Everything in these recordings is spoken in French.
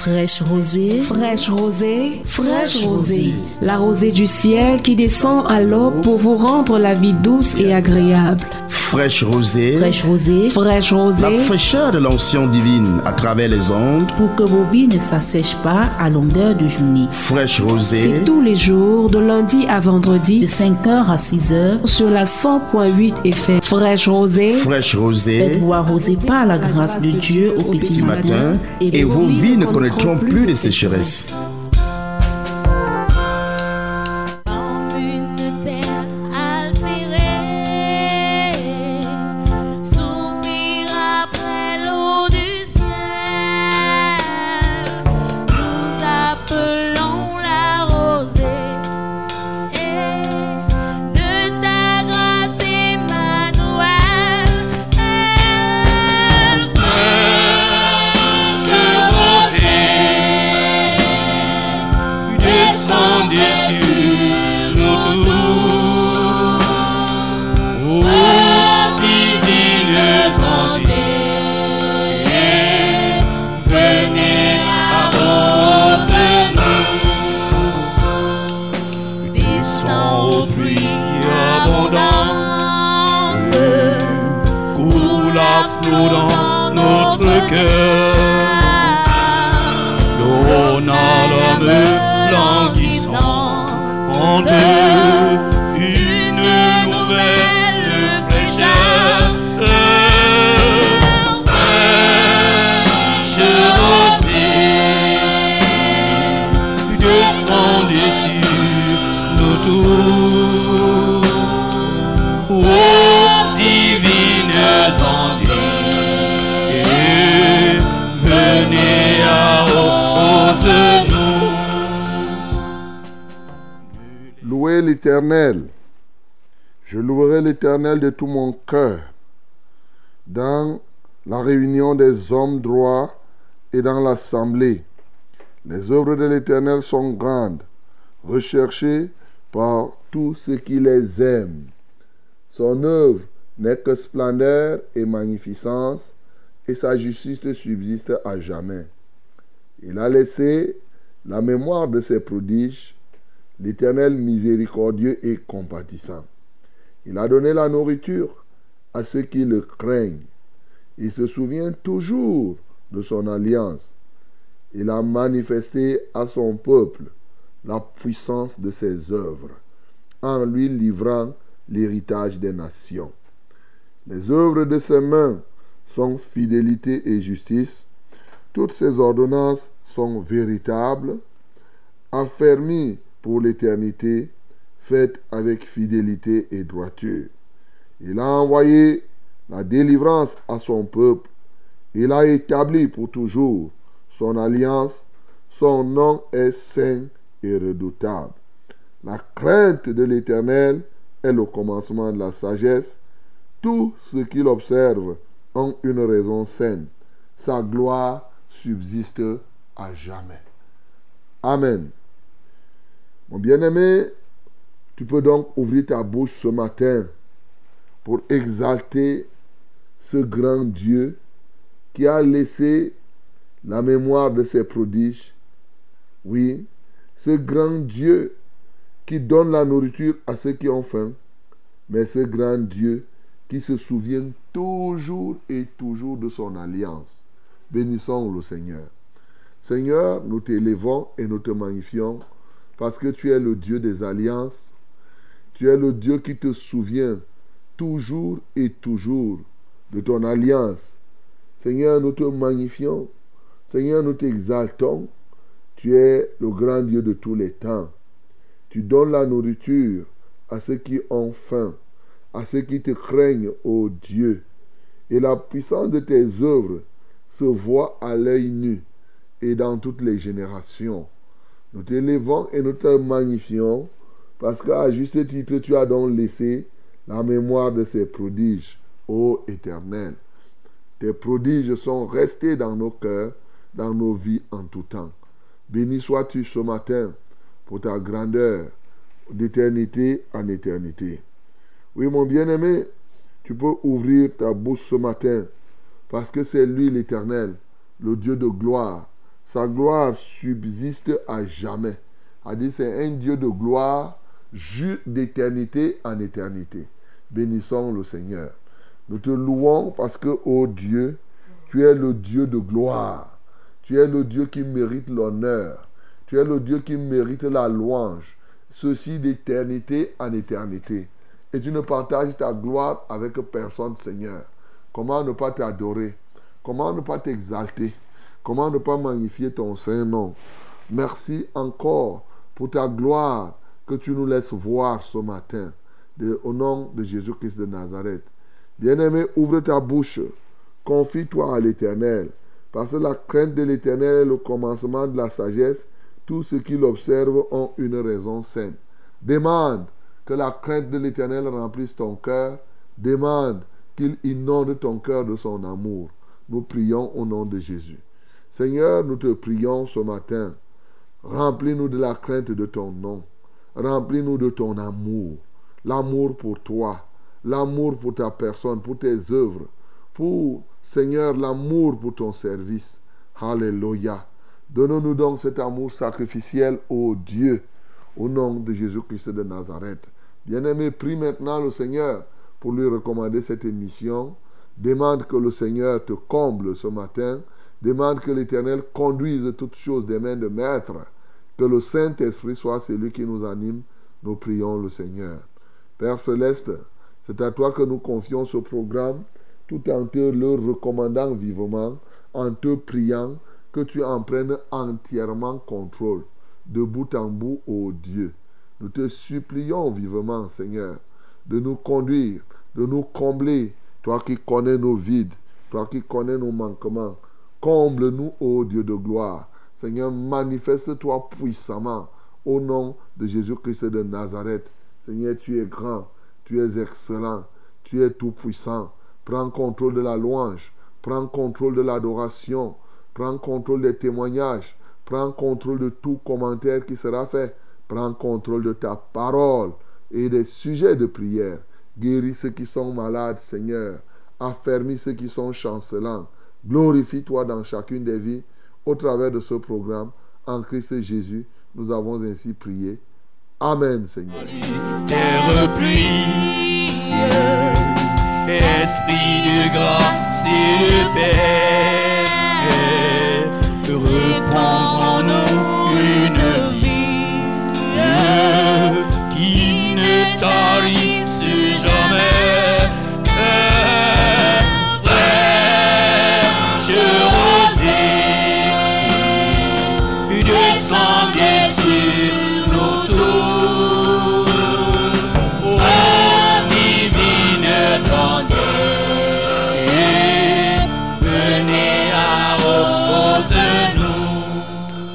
Fraîche rosée, fraîche rosée, fraîche rosée. La rosée du ciel qui descend à l'aube pour vous rendre la vie douce et agréable. Fraîche rosée, Fraîche rosée, Fraîche rosée, la fraîcheur de l'onction divine à travers les ondes. pour que vos vies ne s'assèchent pas à longueur de journée. Fraîche rosée, c'est tous les jours de lundi à De vendredi 5h à 6h, sur la 100.8 FM. Fraîche rosée, fraîche rosée, faites-vous arroser par la grâce de Dieu au petit matin et vos vies ne connaîtront plus de sécheresse. Comme une terre altérée, soupir après l'eau du ciel, nous appelons la rosée, et de ta grâce Emmanuel, Descendez sur nous tous, ô divines ondes, venez arroser-nous. Descends aux pluies abondantes, coule à flot dans notre cœur, l'eau n'a l'homme languissante, une nouvelle fraîcheur. Fraîche rosée, descendez sur nous tous, ô divines ondes, venez arroser-nous. Louez l'Éternel. Je louerai l'Éternel de tout mon cœur dans la réunion des hommes droits et dans l'assemblée. Les œuvres de l'Éternel sont grandes, recherchées par tous ceux qui les aiment. Son œuvre n'est que splendeur et magnificence, et sa justice subsiste à jamais. Il a laissé la mémoire de ses prodiges, l'Éternel miséricordieux et compatissant. Il a donné la nourriture à ceux qui le craignent. Il se souvient toujours de son alliance. Il a manifesté à son peuple la puissance de ses œuvres, en lui livrant l'héritage des nations. Les œuvres de ses mains sont fidélité et justice. Toutes ses ordonnances sont véritables, affermies pour l'éternité, faites avec fidélité et droiture. Il a envoyé la délivrance à son peuple. Il a établi pour toujours son alliance. Son nom est saint et redoutable. La crainte de l'Éternel est le commencement de la sagesse. Tous ceux qui l'observent ont une raison saine. Sa gloire subsiste à jamais. Amen. Mon bien-aimé, tu peux donc ouvrir ta bouche ce matin pour exalter ce grand Dieu qui a laissé la mémoire de ses prodiges. Oui, ce grand Dieu qui donne la nourriture à ceux qui ont faim, mais ce grand Dieu qui se souvient toujours et toujours de son alliance. Bénissons le Seigneur. Seigneur, nous t'élevons et nous te magnifions parce que tu es le Dieu des alliances. Tu es le Dieu qui te souvient toujours et toujours de ton alliance. Seigneur, nous te magnifions. Seigneur, nous t'exaltons. Tu es le grand Dieu de tous les temps. Tu donnes la nourriture à ceux qui ont faim, à ceux qui te craignent, ô Dieu. Et la puissance de tes œuvres se voit à l'œil nu et dans toutes les générations. Nous t'élevons et nous te magnifions parce qu'à juste titre, tu as donc laissé la mémoire de ces prodiges, ô Éternel. Tes prodiges sont restés dans nos cœurs, dans nos vies en tout temps. Béni sois-tu ce matin pour ta grandeur d'éternité en éternité. Oui, mon bien-aimé, tu peux ouvrir ta bouche ce matin parce que c'est lui l'Éternel, le Dieu de gloire, Sa gloire subsiste à jamais. C'est-à-dire, c'est un Dieu de gloire d'éternité en éternité. Bénissons le Seigneur. Nous te louons parce que, ô Dieu, tu es le Dieu de gloire. Tu es le Dieu qui mérite l'honneur. Tu es le Dieu qui mérite la louange. Ceci d'éternité en éternité. Et tu ne partages ta gloire avec personne, Seigneur. Comment ne pas t'adorer? Comment ne pas t'exalter? Comment ne pas magnifier ton saint nom? Merci encore pour ta gloire que tu nous laisses voir ce matin. Au nom de Jésus-Christ de Nazareth. Bien-aimé, ouvre ta bouche. Confie-toi à l'Éternel. Parce que la crainte de l'Éternel est le commencement de la sagesse. Tous ceux qui l'observent ont une raison saine. Demande que la crainte de l'Éternel remplisse ton cœur. Demande qu'il inonde ton cœur de son amour. Nous prions au nom de Jésus. Seigneur, nous te prions ce matin. Remplis-nous de la crainte de ton nom. Remplis-nous de ton amour. L'amour pour toi. L'amour pour ta personne, pour tes œuvres. Pour, Seigneur, l'amour pour ton service. Alléluia. Donne-nous donc cet amour sacrificiel, ô Dieu, au nom de Jésus-Christ de Nazareth. Bien-aimé, prie maintenant le Seigneur pour lui recommander cette émission. Demande que le Seigneur te comble ce matin. Demande que l'Éternel conduise toutes choses des mains de Maître. Que le Saint-Esprit soit celui qui nous anime. Nous prions le Seigneur. Père Céleste, c'est à toi que nous confions ce programme, tout en te le recommandant vivement, en te priant que tu en prennes entièrement contrôle, de bout en bout, ô Dieu. Nous te supplions vivement, Seigneur, de nous conduire, de nous combler, toi qui connais nos vides, toi qui connais nos manquements. Comble-nous, ô Dieu de gloire. Seigneur, manifeste-toi puissamment au nom de Jésus-Christ de Nazareth. Seigneur, tu es grand, tu es excellent, tu es tout-puissant. Prends contrôle de la louange, prends contrôle de l'adoration, prends contrôle des témoignages, prends contrôle de tout commentaire qui sera fait, prends contrôle de ta parole et des sujets de prière. Guéris ceux qui sont malades, Seigneur, affermis ceux qui sont chancelants. Glorifie-toi dans chacune des vies au travers de ce programme. En Christ Jésus, nous avons ainsi prié. Amen, Seigneur. Terre pluie, esprit de grâce et de paix, repose en nous une vie qui ne tarisse jamais. Fraîche rosée, descendez sur nos tours, ô divine tendresse, venez à reposer-nous.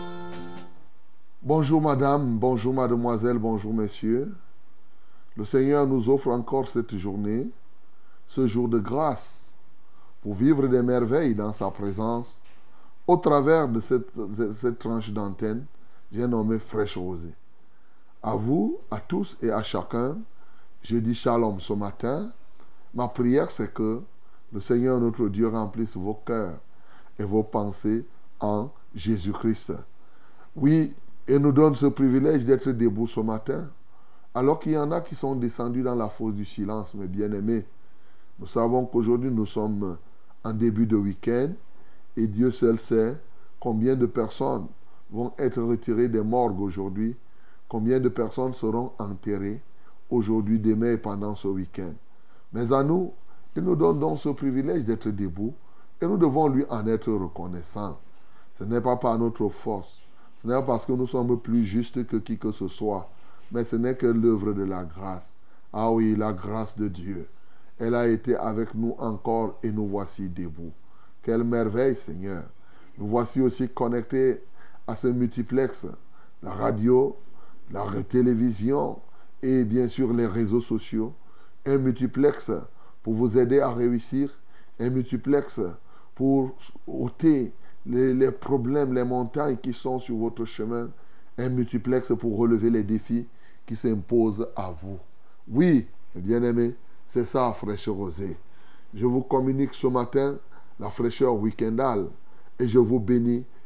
Bonjour madame, bonjour mademoiselle, bonjour messieurs. Le Seigneur nous offre encore cette journée, ce jour de grâce, pour vivre des merveilles dans sa présence, au travers de cette tranche d'antenne, j'ai nommé Fraîche Rosée. À vous, à tous et à chacun, je dis shalom ce matin. Ma prière, c'est que le Seigneur notre Dieu remplisse vos cœurs et vos pensées en Jésus-Christ. Oui, et nous donne ce privilège d'être debout ce matin, alors qu'il y en a qui sont descendus dans la fosse du silence, mes bien-aimés. Nous savons qu'aujourd'hui, nous sommes en début de week-end, et Dieu seul sait combien de personnes vont être retirées des morgues aujourd'hui, combien de personnes seront enterrées aujourd'hui, demain et pendant ce week-end. Mais à nous, il nous donne donc ce privilège d'être debout et nous devons lui en être reconnaissants. Ce n'est pas par notre force, ce n'est pas parce que nous sommes plus justes que qui que ce soit, mais ce n'est que l'œuvre de la grâce. Ah oui, la grâce de Dieu. Elle a été avec nous encore et nous voici debout. Quelle merveille, Seigneur. Nous voici aussi connectés à ce multiplex, la radio, la télévision et bien sûr les réseaux sociaux. Un multiplex pour vous aider à réussir. Un multiplex pour ôter les problèmes, les montagnes qui sont sur votre chemin. Un multiplex pour relever les défis qui s'imposent à vous. Oui, bien-aimés, c'est ça, Fraîche Rosée. Je vous communique ce matin la fraîcheur week-endale et je vous bénis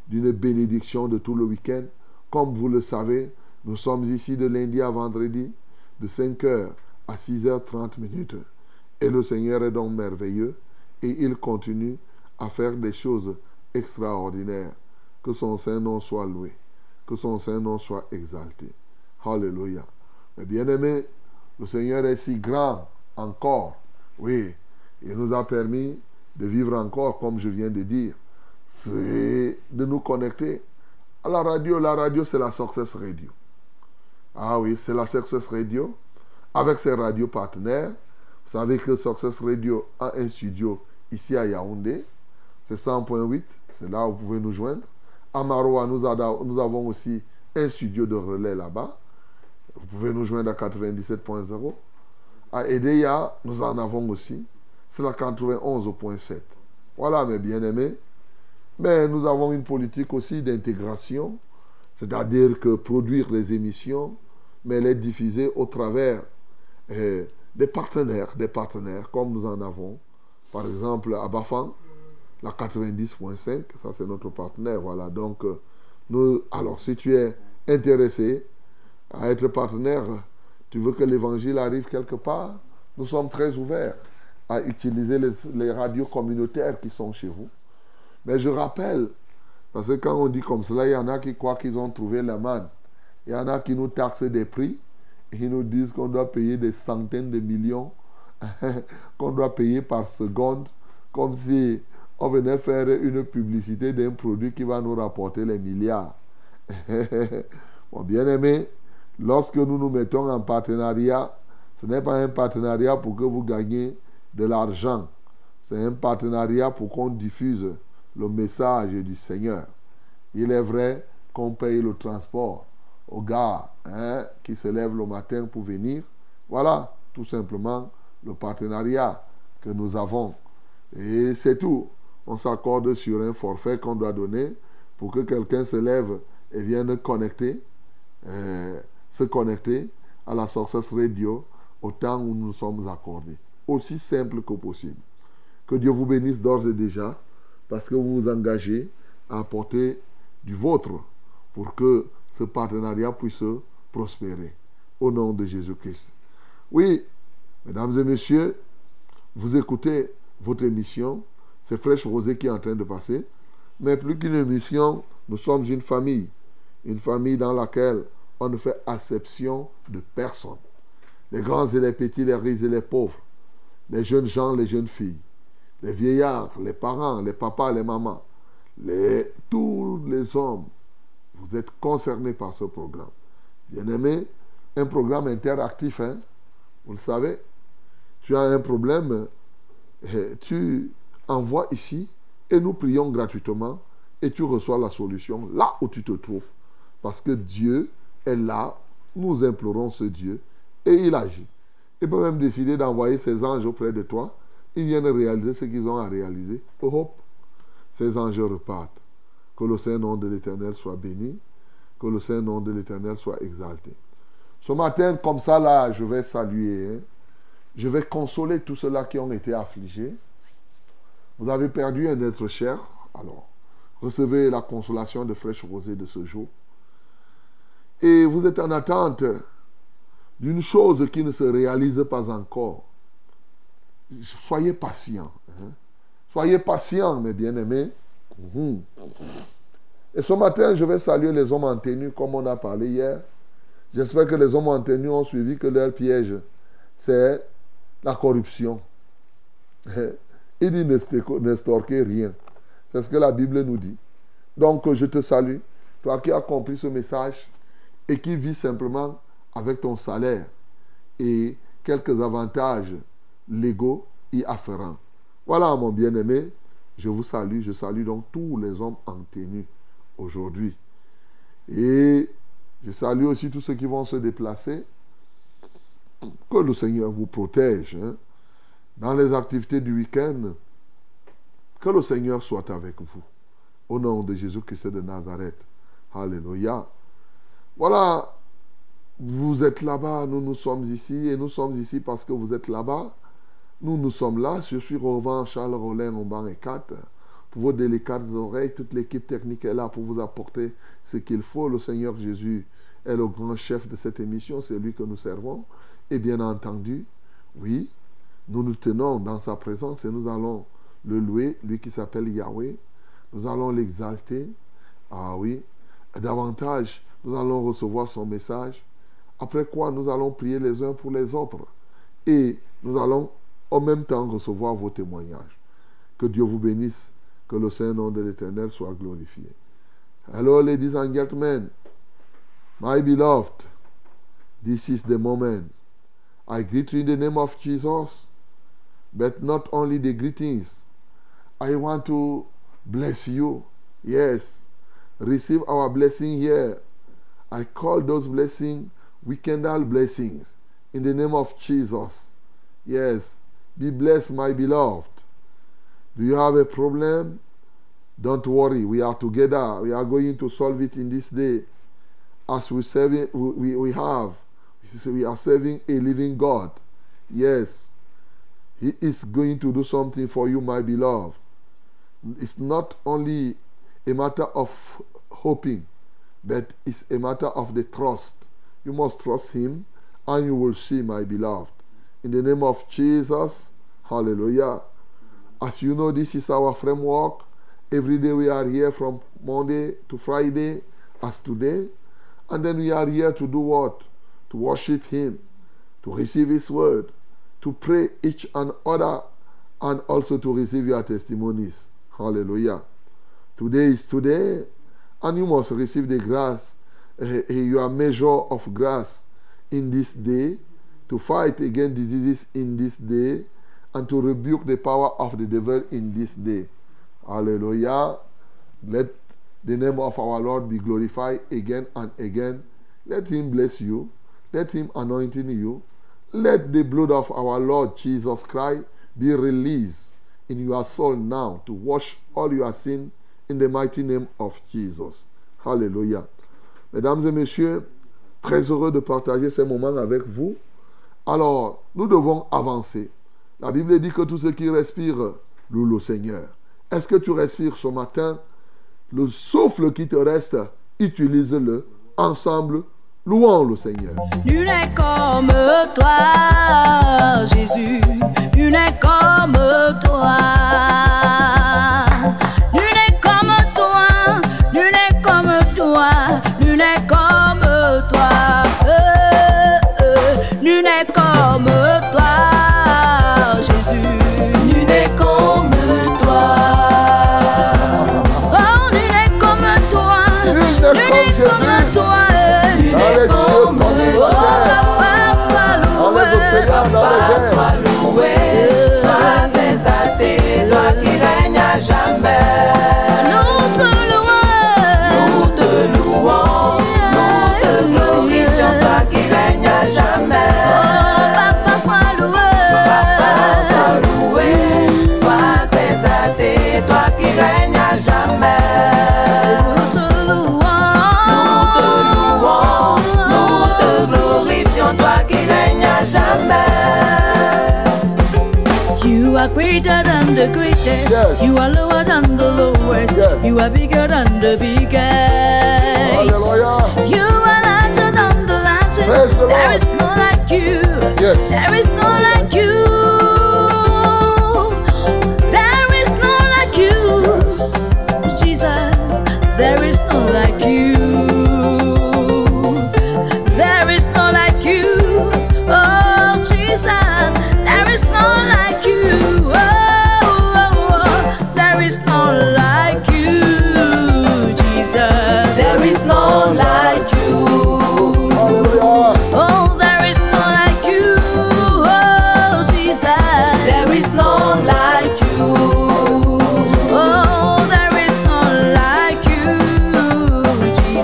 d'une bénédiction de tout le week-end. Comme vous le savez, nous sommes ici de lundi à vendredi, de 5h à 6h30. Et le Seigneur est donc merveilleux et il continue à faire des choses extraordinaires. Que son Saint-Nom soit loué, que son Saint-Nom soit exalté. Alléluia. Mais bien-aimés, le Seigneur est si grand encore. Oui, il nous a permis de vivre encore, comme je viens de dire. C'est de nous connecter à la radio. La radio, c'est la Success Radio. Ah oui, c'est la Success Radio. Avec ses radios partenaires. Vous savez que Success Radio a un studio ici à Yaoundé. C'est 100.8. C'est là où vous pouvez nous joindre. À Maroua, nous avons aussi un studio de relais là-bas. Vous pouvez nous joindre à 97.0. À Edeya, nous en avons aussi. C'est la 91.7. Voilà, mes bien-aimés. Mais nous avons une politique aussi d'intégration. C'est-à-dire que produire les émissions, mais les diffuser au travers des partenaires, comme nous en avons. Par exemple, à Bafang, la 90.5, ça c'est notre partenaire. Voilà, donc, alors si tu es intéressé à être partenaire, tu veux que l'évangile arrive quelque part, nous sommes très ouverts à utiliser les radios communautaires qui sont chez vous. Mais je rappelle, parce que quand on dit comme cela, il y en a qui croient qu'ils ont trouvé la manne. Il y en a qui nous taxent des prix. Ils nous disent qu'on doit payer des centaines de millions, qu'on doit payer par seconde, comme si on venait faire une publicité d'un produit qui va nous rapporter les milliards. Bon, bien aimé, lorsque nous nous mettons en partenariat, ce n'est pas un partenariat pour que vous gagnez de l'argent. C'est un partenariat pour qu'on diffuse le message du Seigneur. Il est vrai qu'on paye le transport aux gars qui se lèvent le matin pour venir. Voilà, tout simplement, le partenariat que nous avons. Et c'est tout. On s'accorde sur un forfait qu'on doit donner pour que quelqu'un se lève et vienne se connecter à la Success Radio au temps où nous sommes accordés. Aussi simple que possible. Que Dieu vous bénisse d'ores et déjà parce que vous vous engagez à apporter du vôtre pour que ce partenariat puisse prospérer. Au nom de Jésus-Christ. Oui, mesdames et messieurs, vous écoutez votre émission. C'est Fraîche Rosée qui est en train de passer. Mais plus qu'une émission, nous sommes une famille. Une famille dans laquelle on ne fait acception de personne. Les grands et les petits, les riches et les pauvres. Les jeunes gens, les jeunes filles. Les vieillards, les parents, les papas, les mamans. Tous les hommes. Vous êtes concernés par ce programme. Bien-aimé, un programme interactif. Vous le savez. Tu as un problème. Tu envoies ici et nous prions gratuitement et tu reçois la solution là où tu te trouves. Parce que Dieu est là. Nous implorons ce Dieu et il agit. Il peut même décider d'envoyer ses anges auprès de toi. Ils viennent réaliser ce qu'ils ont à réaliser. Hop, ces anges repartent. Que le Saint-Nom de l'Éternel soit béni. Que le Saint-Nom de l'Éternel soit exalté. Ce matin, comme ça, là, je vais saluer. Je vais consoler tous ceux-là qui ont été affligés. Vous avez perdu un être cher. Alors, recevez la consolation de Fraîche Rosée de ce jour. Et vous êtes en attente d'une chose qui ne se réalise pas encore. Soyez patients. Soyez patients, mes bien-aimés. Et ce matin, je vais saluer les hommes en tenue, comme on a parlé hier. J'espère que les hommes en tenue ont suivi que leur piège, c'est la corruption. Il dit n'extorquez rien. C'est ce que la Bible nous dit. Donc, je te salue, toi qui as compris ce message et qui vis simplement avec ton salaire et quelques avantages légaux y afférents. Voilà, mon bien-aimé, je vous salue. Je salue donc tous les hommes en tenue aujourd'hui. Et je salue aussi tous ceux qui vont se déplacer. Que le Seigneur vous protège. Dans les activités du week-end, que le Seigneur soit avec vous. Au nom de Jésus-Christ de Nazareth. Alléluia. Voilà, vous êtes là-bas, nous sommes ici, et nous sommes ici parce que vous êtes là-bas. Nous sommes là. Je suis Rovan Charles Rollin Omban et 4. pour vos délicates oreilles. Toute l'équipe technique est là pour vous apporter ce qu'il faut. Le Seigneur Jésus est le grand chef de cette émission, c'est lui que nous servons. Et bien entendu, oui, nous nous tenons dans sa présence et nous allons le louer, lui qui s'appelle Yahweh. Nous allons l'exalter. Ah oui, davantage, nous allons recevoir son message. Après quoi, nous allons prier les uns pour les autres. Et nous allons en même temps recevoir vos témoignages. Que Dieu vous bénisse, que le saint nom de l'Éternel soit glorifié. Hello, ladies and gentlemen, my beloved, this is the moment. I greet you in the name of Jesus, but not only the greetings. I want to bless you. Yes, receive our blessing here. I call those blessings weekendal blessings in the name of Jesus. Yes, be blessed, my beloved. Do you have a problem? Don't worry, we are together. We are going to solve it in this day. As we are serving a living God. Yes, He is going to do something for you, my beloved. It's not only a matter of hoping, but it's a matter of the trust. You must trust Him, and you will see, my beloved. In the name of Jesus, hallelujah. As you know, this is our framework. Every day we are here from Monday to Friday, as today. And then we are here to do what? To worship Him, to receive His word, to pray each and other, and also to receive your testimonies. Hallelujah. Today is today, and you must receive the grace, your measure of grace in this day, to fight against diseases in this day, and to rebuke the power of the devil in this day. Hallelujah. Let the name of our Lord be glorified again and again. Let Him bless you. Let Him anointing you. Let the blood of our Lord Jesus Christ be released in your soul now to wash all your sin in the mighty name of Jesus. Hallelujah. Mesdames et messieurs, très heureux de partager ces moments avec vous. Alors, nous devons avancer. La Bible dit que tout ce qui respire loue le Seigneur. Est-ce que tu respires ce matin? Le souffle qui te reste, utilise-le. Ensemble, louons le Seigneur. Nul n'est comme toi, Jésus. Nul n'est comme toi. Nul n'est comme toi. Nul n'est comme toi. Nul n'est comme toi. Nul n'est comme toi, Jésus. Nul n'est comme toi. Oh, nul n'est comme toi. Nul n'est comme toi. Nul n'est comme toi. Papa, sois loué. Papa, sois loué. Sois exalté, toi qui règnes à jamais. Nous te louons. Nous te louons. Nous te glorifions, toi qui règnes à jamais. Toi qui règnes à jamais. Nous te louons, nous te glorifions, toi qui règnes à jamais. You are greater than the greatest. Yes. You are lower than the lowest. Yes. You are bigger than the biggest. Hallelujah. You are larger than the largest. There is no like you. Yes. There is no like you. There is no like you. There is no like you. Oh, Jesus. There is no like you. Oh, there is no like you, Jesus. There is no like you. Oh, there is no like you. Oh, Jesus. There is no like you. Oh, there is no like you.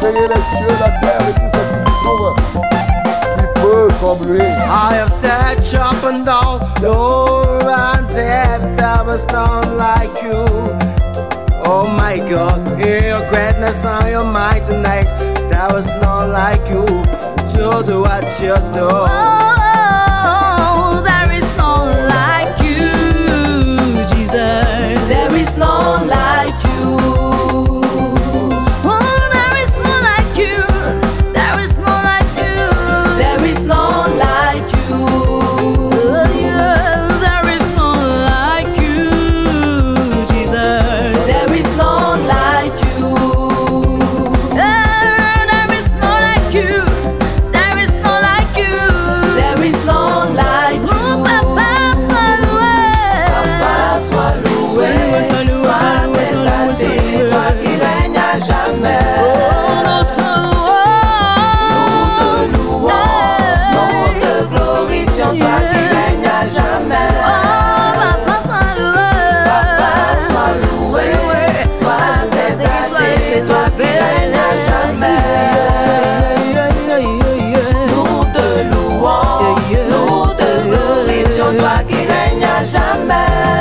créé les cieux, la terre et tout ce qui s'y trouve. Qui peut comme lui? I have searched up and down, low and deep, there was none like you. Oh my God, in your greatness and your mightiness, there was none like you. To do what you do. Oh, there is none like you, Jesus. There is none like you. Oh, there is none like you. There is none like you. There is none like you. Oh, yeah, there is none like you, Jesus. There is none like you. There is none like you. There is none like you. There is none like you. Oh, Papa, sois loué. Papa, sois loué. Sois exalté, toi qui règnes à jamais. Nous te louons, nous te glorifions, toi qui règnes à jamais. Oh, Papa, sois loué. Papa, sois loué. Sois exalté, toi qui règnes à jamais. Nous te louons, nous te glorifions, toi qui règnes à jamais.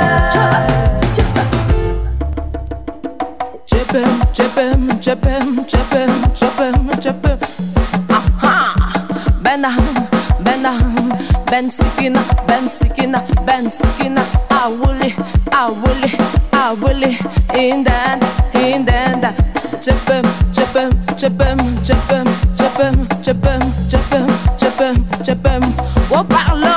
Chepem. Aha. Ben sikina. I will it. In that. Chepem. Oh, parlo.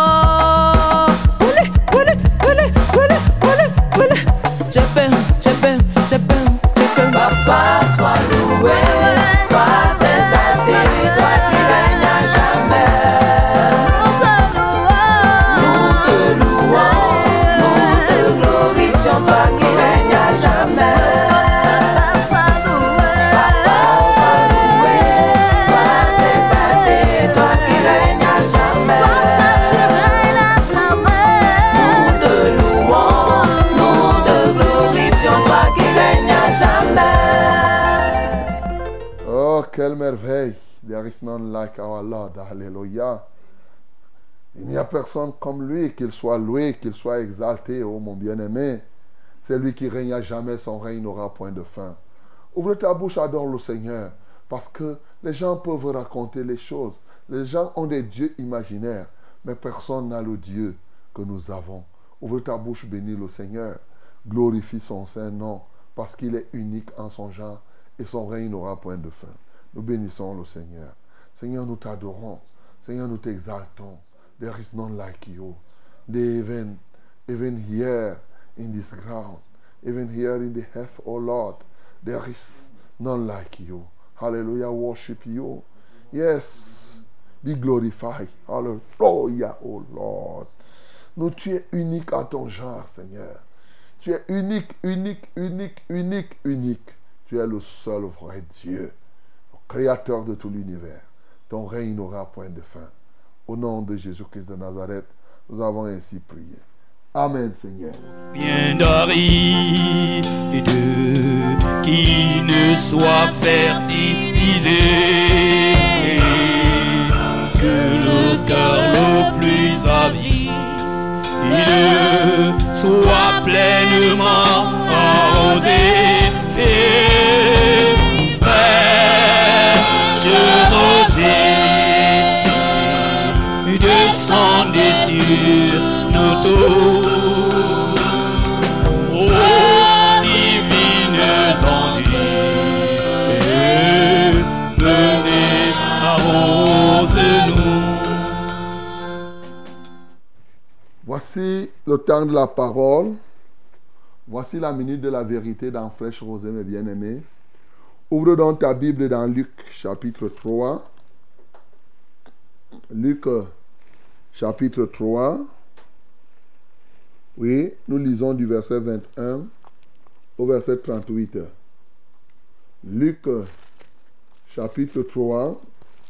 Chepem. Papa, sois loué, sois exalté, toi qui règnes à jamais. Nous te louons, nous te glorifions, toi qui règnes à jamais. Papa, sois loué, sois exalté, toi qui règnes à jamais. Nous te louons, nous te glorifions, toi qui règnes à jamais. Oh, quelle merveille. There is none like our Lord. Alléluia. Il n'y a personne comme lui, qu'il soit loué, qu'il soit exalté, oh mon bien-aimé. C'est lui qui règne à jamais, son règne n'aura point de fin. Ouvre ta bouche, adore le Seigneur, parce que les gens peuvent raconter les choses. Les gens ont des dieux imaginaires, mais personne n'a le Dieu que nous avons. Ouvre ta bouche, bénis le Seigneur. Glorifie son saint nom, parce qu'il est unique en son genre, et son règne n'aura point de fin. Nous bénissons le Seigneur. Seigneur, nous t'adorons. Seigneur, nous t'exaltons. There is none like you. Even here in this ground, even here in the earth, oh Lord, there is none like you. Hallelujah, worship you. Yes, be glorified. Hallelujah, oh Lord. Nous, tu es unique en ton genre, Seigneur. Tu es unique. Tu es le seul vrai Dieu, le créateur de tout l'univers. Ton règne n'aura point de fin. Au nom de Jésus-Christ de Nazareth, nous avons ainsi prié. Amen, Seigneur. Bien d'aride qui ne soit fertilisé, que le cœur le plus avide soit pleinement arrosé et fraîche rosée descendez sur nous tous. Ô divines enduits, venez arrose-nous. Voici le temps de la parole. Voici la minute de la vérité dans Fraîche Rosée, mes bien-aimés. Ouvre donc ta Bible dans Luc chapitre 3. Luc chapitre 3. Oui, nous lisons du verset 21 au verset 38. Luc chapitre 3.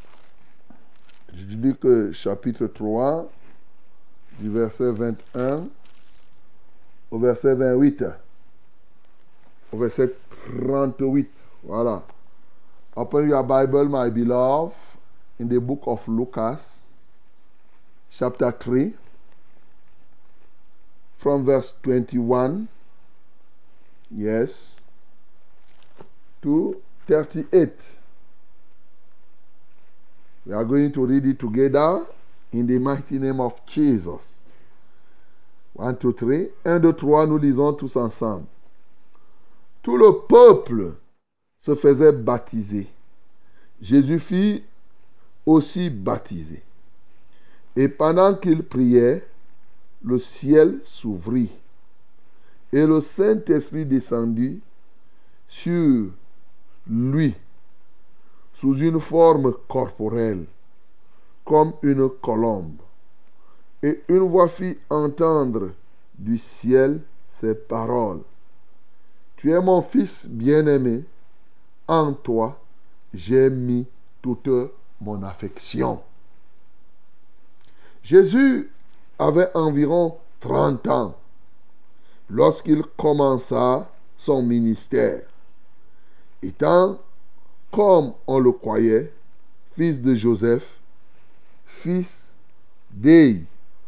Luc chapitre 3, du verset 21 au verset 28. Au verset 38. Voilà. Open your Bible, my beloved, in the book of Lucas, chapter 3, from verse 21, yes, to 38. We are going to read it together in the mighty name of Jesus. 1, 2, 3. 1, 2, 3, nous lisons tous ensemble. Tout le peuple se faisait baptiser. Jésus fit aussi baptiser. Et pendant qu'il priait, le ciel s'ouvrit. Et le Saint-Esprit descendit sur lui, sous une forme corporelle, comme une colombe. Et une voix fit entendre du ciel ces paroles. Tu es mon fils bien-aimé, en toi j'ai mis toute mon affection. Jésus avait environ 30 ans lorsqu'il commença son ministère. Étant, comme on le croyait, fils de Joseph, fils d'Éi,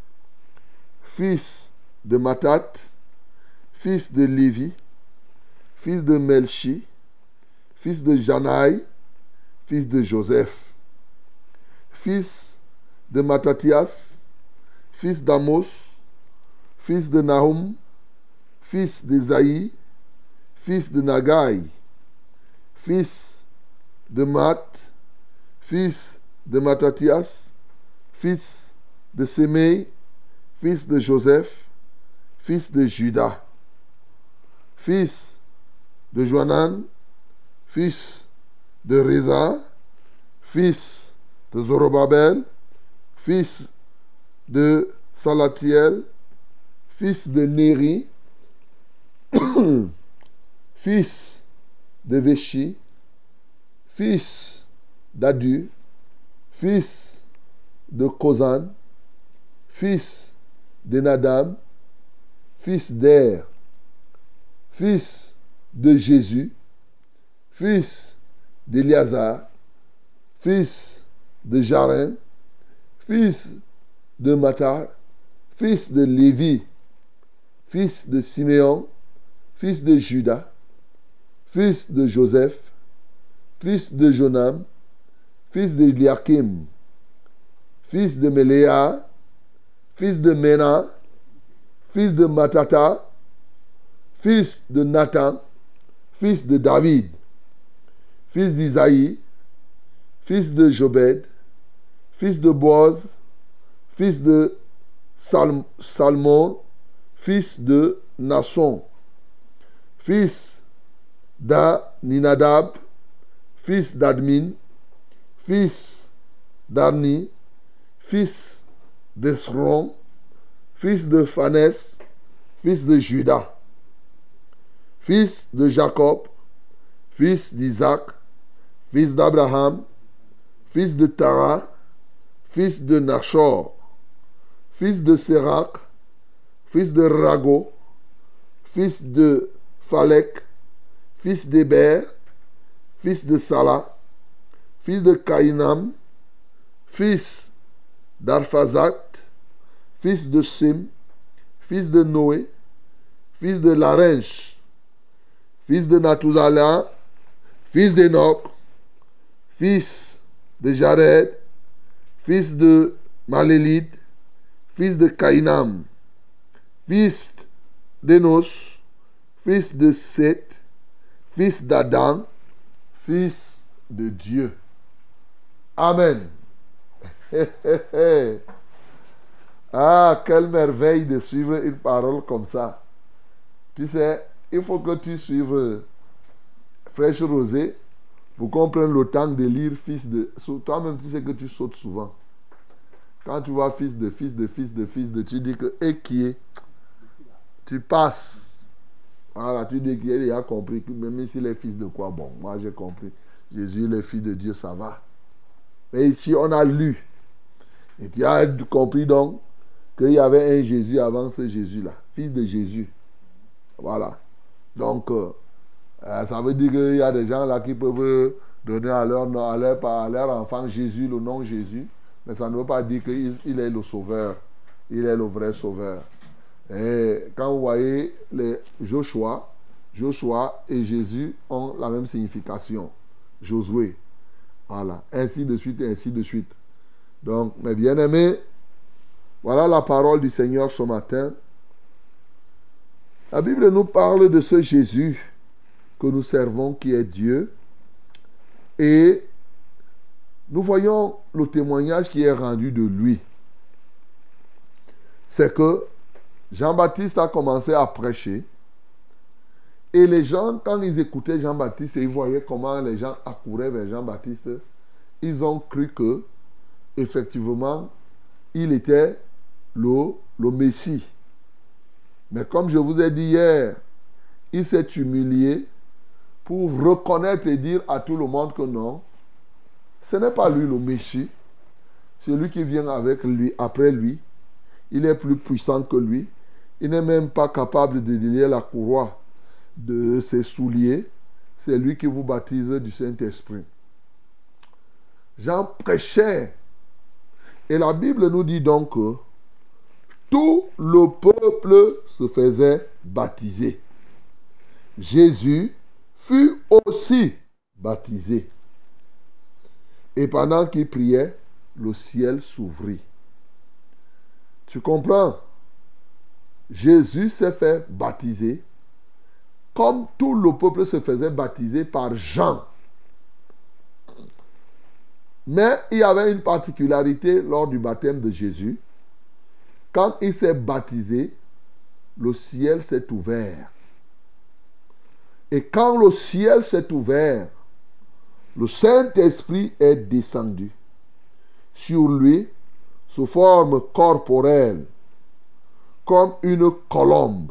fils de Matat, fils de Lévi, fils de Melchi, fils de Janaï, fils de Joseph, fils de Mattathias, fils d'Amos, fils de Nahum, fils d'Ésaïe, fils de Nagai, fils de Mat, fils de Mattathias, fils de Semei, fils de Joseph, fils de Judas, fils de Joanan, fils de Reza, fils de Zorobabel, fils de Salatiel, fils de Néri, fils de Véchi, fils d'Adu, fils de Kozan, fils de Nadab, fils d'Er, fils de Jésus, fils d'Éliazar, fils de Jarin, fils de Matar, fils de Lévi, fils de Siméon, fils de Judas, fils de Joseph, fils de Jonam, fils de Eliakim, fils de Meléa, fils de Mena, fils de Matata, fils de Nathan, fils de David, fils d'Isaïe, fils de Jobed, fils de Boaz, fils de Salmon, fils de Nasson, fils d'Aninadab, fils d'Admin, fils d'Arni, fils d'Esron, fils de Phanès, fils de Judas, fils de Jacob, fils d'Isaac, fils d'Abraham, fils de Tara, fils de Nachor, fils de Sérac, fils de Rago, fils de Phalek, fils d'Héber, fils de Salah, fils de Caïnam, fils d'Arphazat, fils de Sim, fils de Noé, fils de Larench, fils de Natuzala, fils d'Enoch, fils de Jared, fils de Malélide, fils de Caïnam, fils d'Enos, fils de Seth, fils d'Adam, fils de Dieu. Amen. Ah, quelle merveille de suivre une parole comme ça. Tu sais, il faut que tu suives Fraîche Rosée pour qu'on prenne le temps de lire fils de... Toi-même, tu sais que tu sautes souvent. Quand tu vois fils de, tu dis que et qui est, tu passes. Voilà, tu dis qu'il a compris que même s'il est fils de quoi, bon, moi j'ai compris. Jésus, le fils de Dieu, ça va. Mais ici, on a lu. Et tu as compris donc qu'il y avait un Jésus avant ce Jésus-là, fils de Jésus. Voilà. Donc, ça veut dire qu'il y a des gens là qui peuvent donner à leur enfant Jésus, le nom Jésus, mais ça ne veut pas dire qu'il est le sauveur. Il est le vrai sauveur. Et quand vous voyez les Joshua et Jésus ont la même signification. Josué. Voilà. Ainsi de suite et ainsi de suite. Donc, mes bien-aimés, voilà la parole du Seigneur ce matin. La Bible nous parle de ce Jésus que nous servons, qui est Dieu. Et nous voyons le témoignage qui est rendu de lui. C'est que Jean-Baptiste a commencé à prêcher. Et les gens, quand ils écoutaient Jean-Baptiste et ils voyaient comment les gens accouraient vers Jean-Baptiste, ils ont cru que, effectivement, il était le Messie. Mais comme je vous ai dit hier, il s'est humilié pour reconnaître et dire à tout le monde que non, ce n'est pas lui le Messie. Celui qui vient avec lui, après lui, il est plus puissant que lui. Il n'est même pas capable de délier la courroie de ses souliers. C'est lui qui vous baptise du Saint-Esprit. Jean prêchait. Et la Bible nous dit donc que tout le peuple se faisait baptiser. Jésus fut aussi baptisé. Et pendant qu'il priait, le ciel s'ouvrit. Tu comprends? Jésus s'est fait baptiser comme tout le peuple se faisait baptiser par Jean. Mais il y avait une particularité lors du baptême de Jésus. Quand il s'est baptisé, le ciel s'est ouvert. Et quand le ciel s'est ouvert, le Saint-Esprit est descendu sur lui sous forme corporelle, comme une colombe.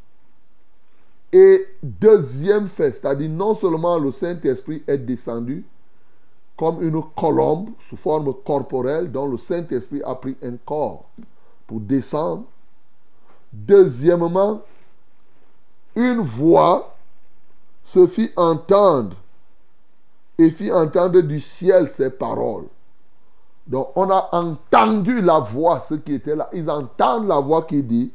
Et deuxième fait, c'est-à-dire non seulement le Saint-Esprit est descendu comme une colombe sous forme corporelle, dont le Saint-Esprit a pris un corps pour descendre. Deuxièmement, une voix se fit entendre et fit entendre du ciel ces paroles. Donc on a entendu la voix, ceux qui étaient là, ils entendent la voix qui dit: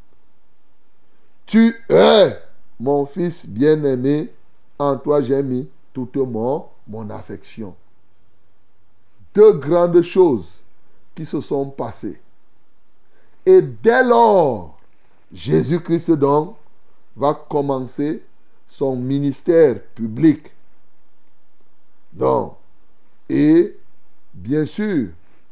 tu es mon fils bien-aimé, en toi j'ai mis toute mon affection. Deux grandes choses qui se sont passées. Et dès lors, Jésus-Christ donc va commencer son ministère public. Donc, et bien sûr,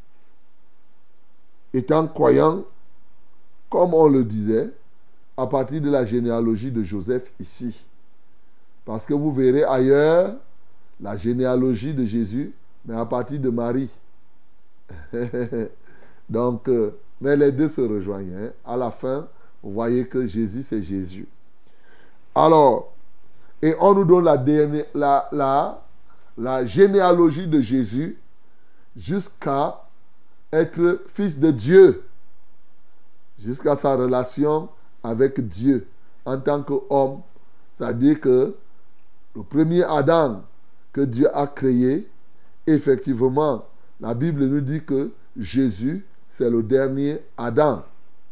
étant croyant, comme on le disait, à partir de la généalogie de Joseph ici. Parce que vous verrez ailleurs la généalogie de Jésus, mais à partir de Marie. Donc, mais les deux se rejoignent. Hein. À la fin, vous voyez que Jésus, c'est Jésus. Alors, et on nous donne la généalogie de Jésus jusqu'à être fils de Dieu, jusqu'à sa relation avec Dieu en tant qu'homme. C'est-à-dire que le premier Adam que Dieu a créé, effectivement, la Bible nous dit que Jésus, c'est le dernier Adam.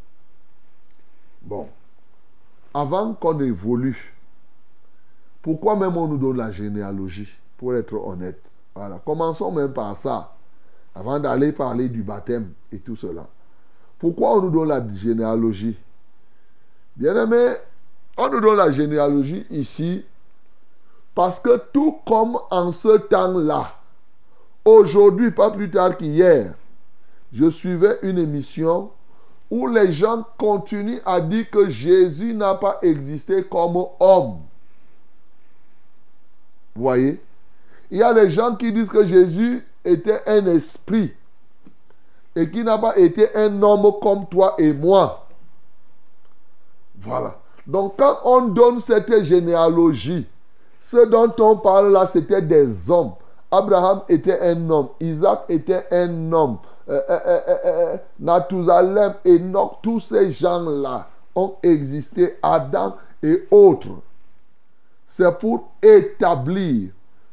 Bon, avant qu'on évolue, pourquoi même on nous donne la généalogie? Pour être honnête. Voilà. Commençons même par ça, avant d'aller parler du baptême et tout cela. Pourquoi on nous donne la généalogie? Bien-aimés, on nous donne la généalogie ici parce que tout comme en ce temps-là, aujourd'hui, pas plus tard qu'hier, je suivais une émission où les gens continuent à dire que Jésus n'a pas existé comme homme. Vous voyez? Il y a des gens qui disent que Jésus était un esprit et qu'il n'a pas été un homme comme toi et moi. Voilà. Donc quand on donne cette généalogie, ce dont on parle là, c'était des hommes. Abraham était un homme, Isaac était un homme, Mathusalem, Enoch, tous ces gens-là ont existé, Adam et autres. C'est pour établir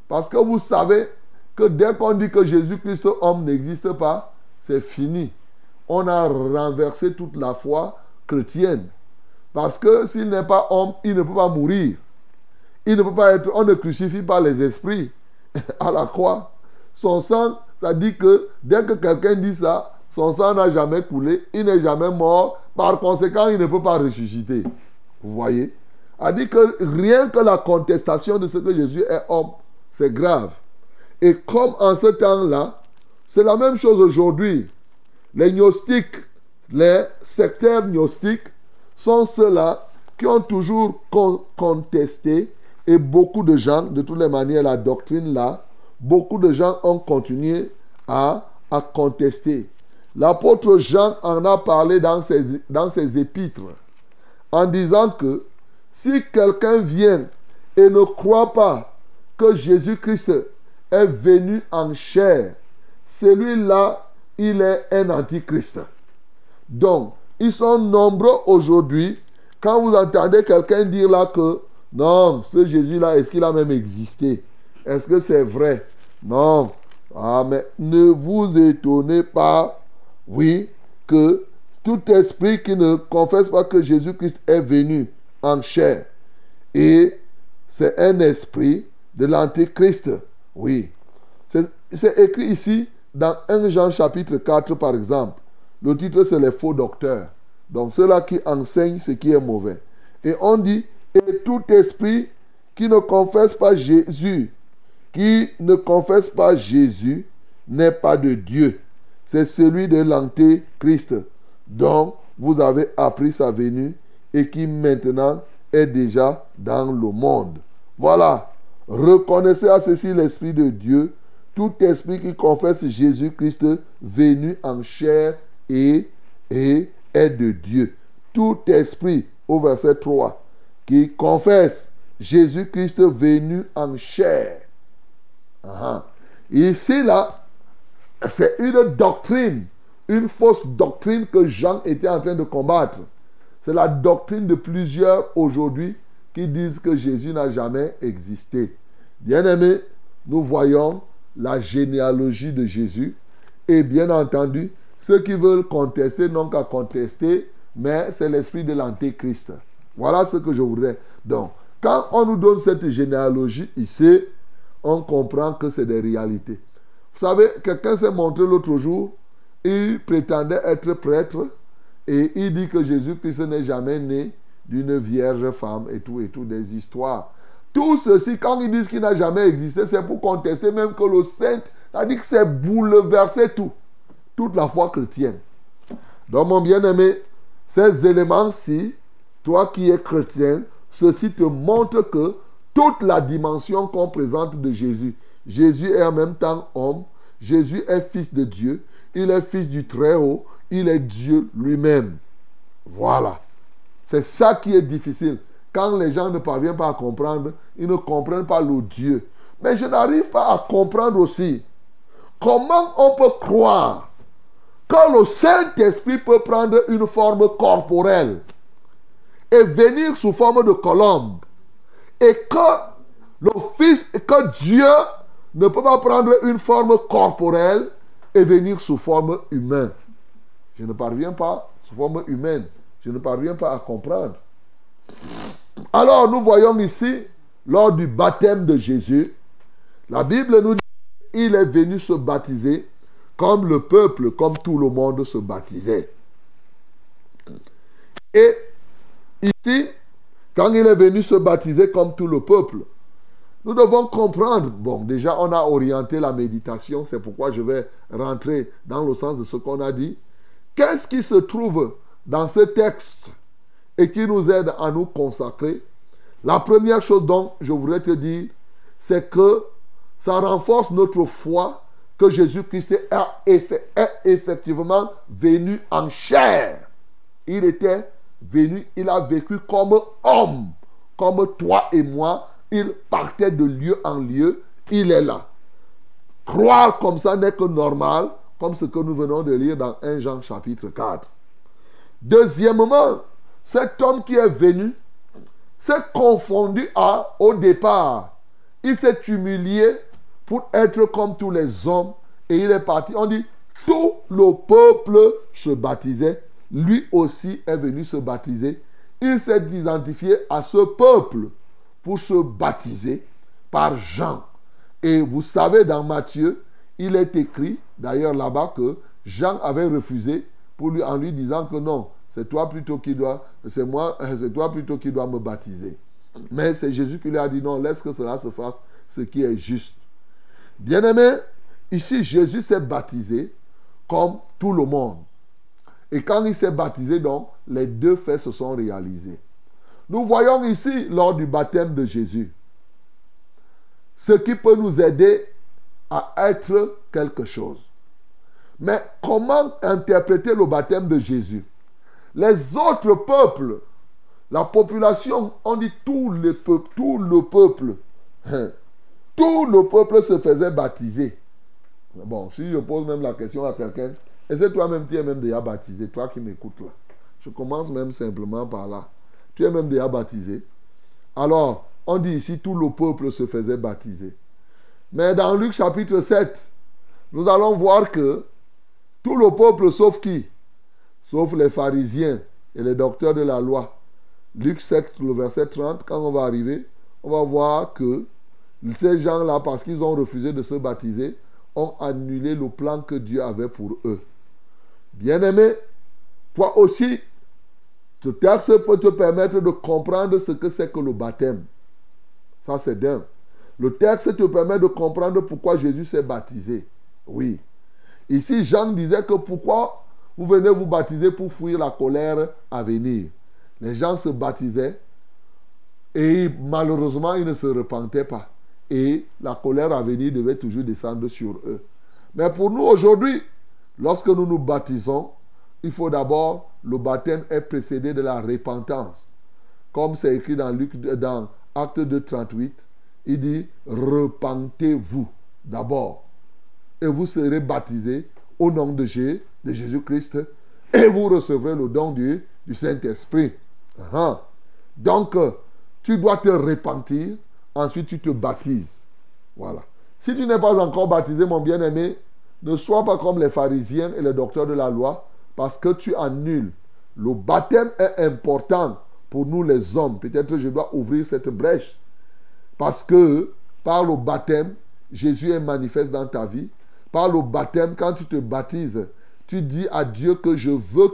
Parce que vous savez que dès qu'on dit que Jésus-Christ homme n'existe pas, c'est fini. On a renversé toute la foi chrétienne. Parce que s'il n'est pas homme, il ne peut pas mourir. Il ne peut pas être, on ne crucifie pas les esprits à la croix. Son sang, ça dit que dès que quelqu'un dit ça, son sang n'a jamais coulé, il n'est jamais mort, par conséquent, il ne peut pas ressusciter. Vous voyez? A dit que rien que la contestation de ce que Jésus est homme, c'est grave. Et comme en ce temps-là, c'est la même chose aujourd'hui. Les gnostiques, les sectaires gnostiques sont ceux-là qui ont toujours contesté, et beaucoup de gens, de toutes les manières, la doctrine là, beaucoup de gens ont continué à contester. L'apôtre Jean en a parlé dans ses épîtres, en disant que si quelqu'un vient et ne croit pas que Jésus-Christ est venu en chair, celui-là, il est un antichrist. Donc, ils sont nombreux aujourd'hui. Quand vous entendez quelqu'un dire là que non, ce Jésus-là, est-ce qu'il a même existé? Est-ce que c'est vrai? Non. Ah, mais ne vous étonnez pas, oui, que tout esprit qui ne confesse pas que Jésus-Christ est venu en chair, et c'est un esprit de l'antéchrist. Oui. C'est écrit ici dans 1 Jean chapitre 4 par exemple. Le titre c'est les faux docteurs. Donc ceux-là qui enseignent ce qui est mauvais. Et on dit, et tout esprit qui ne confesse pas Jésus, n'est pas de Dieu. C'est celui de l'antéchrist dont vous avez appris sa venue et qui maintenant est déjà dans le monde. Voilà. Reconnaissez à ceci l'Esprit de Dieu. Tout esprit qui confesse Jésus-Christ venu en chair et est de Dieu. Tout esprit, au verset 3, qui confesse Jésus-Christ venu en chair. Ici, là, c'est une doctrine, une fausse doctrine que Jean était en train de combattre. C'est la doctrine de plusieurs aujourd'hui qui disent que Jésus n'a jamais existé. Bien-aimés, nous voyons la généalogie de Jésus. Et bien entendu, ceux qui veulent contester n'ont qu'à contester, mais c'est l'esprit de l'antéchrist. Voilà ce que je voudrais. Donc, quand on nous donne cette généalogie ici, on comprend que c'est des réalités. Vous savez, quelqu'un s'est montré l'autre jour, il prétendait être prêtre, et il dit que Jésus-Christ n'est jamais né d'une vierge femme et tout, des histoires. Tout ceci, quand ils disent qu'il n'a jamais existé, c'est pour contester même que le saint a dit que c'est bouleverser toute la foi chrétienne. Donc mon bien-aimé, ces éléments-ci, toi qui es chrétien, ceci te montre que toute la dimension qu'on présente de Jésus, Jésus est en même temps homme, Jésus est fils de Dieu, il est fils du Très-Haut, il est Dieu lui-même. Voilà. C'est ça qui est difficile. Quand les gens ne parviennent pas à comprendre, ils ne comprennent pas le Dieu. Mais je n'arrive pas à comprendre aussi comment on peut croire que le Saint-Esprit peut prendre une forme corporelle et venir sous forme de colombe, et que Dieu ne peut pas prendre une forme corporelle et venir sous forme humaine. Je ne parviens pas sous forme humaine. Je ne parviens pas à comprendre. Alors nous voyons ici, lors du baptême de Jésus, la Bible nous dit qu'il est venu se baptiser comme le peuple, comme tout le monde se baptisait. Et ici, quand il est venu se baptiser comme tout le peuple, nous devons comprendre. Bon, déjà on a orienté la méditation, c'est pourquoi je vais rentrer dans le sens de ce qu'on a dit. Qu'est-ce qui se trouve dans ce texte et qui nous aide à nous consacrer? La première chose dont je voudrais te dire, c'est que ça renforce notre foi que Jésus-Christ est effectivement venu en chair. Il était venu, il a vécu comme homme, comme toi et moi. Il partait de lieu en lieu, il est là. Croire comme ça n'est que normal, comme ce que nous venons de lire dans 1 Jean chapitre 4. Deuxièmement, cet homme qui est venu s'est confondu au départ il s'est humilié pour être comme tous les hommes et il est parti. On dit, tout le peuple se baptisait. Lui aussi est venu se baptiser. Il s'est identifié à ce peuple pour se baptiser par Jean. Et vous savez, dans Matthieu, il est écrit, d'ailleurs là-bas, que Jean avait refusé en lui disant que non, c'est toi plutôt qui dois, c'est toi plutôt qui dois me baptiser. Mais c'est Jésus qui lui a dit non, laisse que cela se fasse, ce qui est juste. Bien-aimé, ici Jésus s'est baptisé comme tout le monde. Et quand il s'est baptisé, donc, les deux faits se sont réalisés. Nous voyons ici, lors du baptême de Jésus, ce qui peut nous aider à être quelque chose. Mais comment interpréter le baptême de Jésus? Les autres peuples, la population, on dit tout le peuple se faisait baptiser. Bon, si je pose même la question à quelqu'un, est-ce que toi-même tu es même déjà baptisé? Toi qui m'écoutes là. Je commence même simplement par là. Tu es même déjà baptisé. Alors, on dit ici, tout le peuple se faisait baptiser. Mais dans Luc chapitre 7, nous allons voir que tout le peuple, sauf qui? Sauf les pharisiens et les docteurs de la loi. Luc 7, le verset 30, quand on va arriver, on va voir que ces gens-là, parce qu'ils ont refusé de se baptiser, ont annulé le plan que Dieu avait pour eux. Bien-aimé, toi aussi, ce texte peut te permettre de comprendre ce que c'est que le baptême. Ça, c'est dingue. Le texte te permet de comprendre pourquoi Jésus s'est baptisé. Oui. Ici, Jean disait que pourquoi vous venez vous baptiser pour fuir la colère à venir. Les gens se baptisaient et malheureusement, ils ne se repentaient pas. Et la colère à venir devait toujours descendre sur eux. Mais pour nous aujourd'hui, lorsque nous nous baptisons, il faut d'abord, le baptême est précédé de la repentance. Comme c'est écrit dans Acte 2, 38, il dit, repentez-vous d'abord. Et vous serez baptisés au nom de Jésus-Christ. Et vous recevrez le don du Saint-Esprit. Donc, tu dois te repentir. Ensuite, tu te baptises. Voilà. Si tu n'es pas encore baptisé, mon bien-aimé, ne sois pas comme les pharisiens et les docteurs de la loi, parce que tu annules. Le baptême est important pour nous les hommes. Peut-être que je dois ouvrir cette brèche. Parce que par le baptême, Jésus est manifeste dans ta vie. Par le baptême, quand tu te baptises, tu dis à Dieu que je veux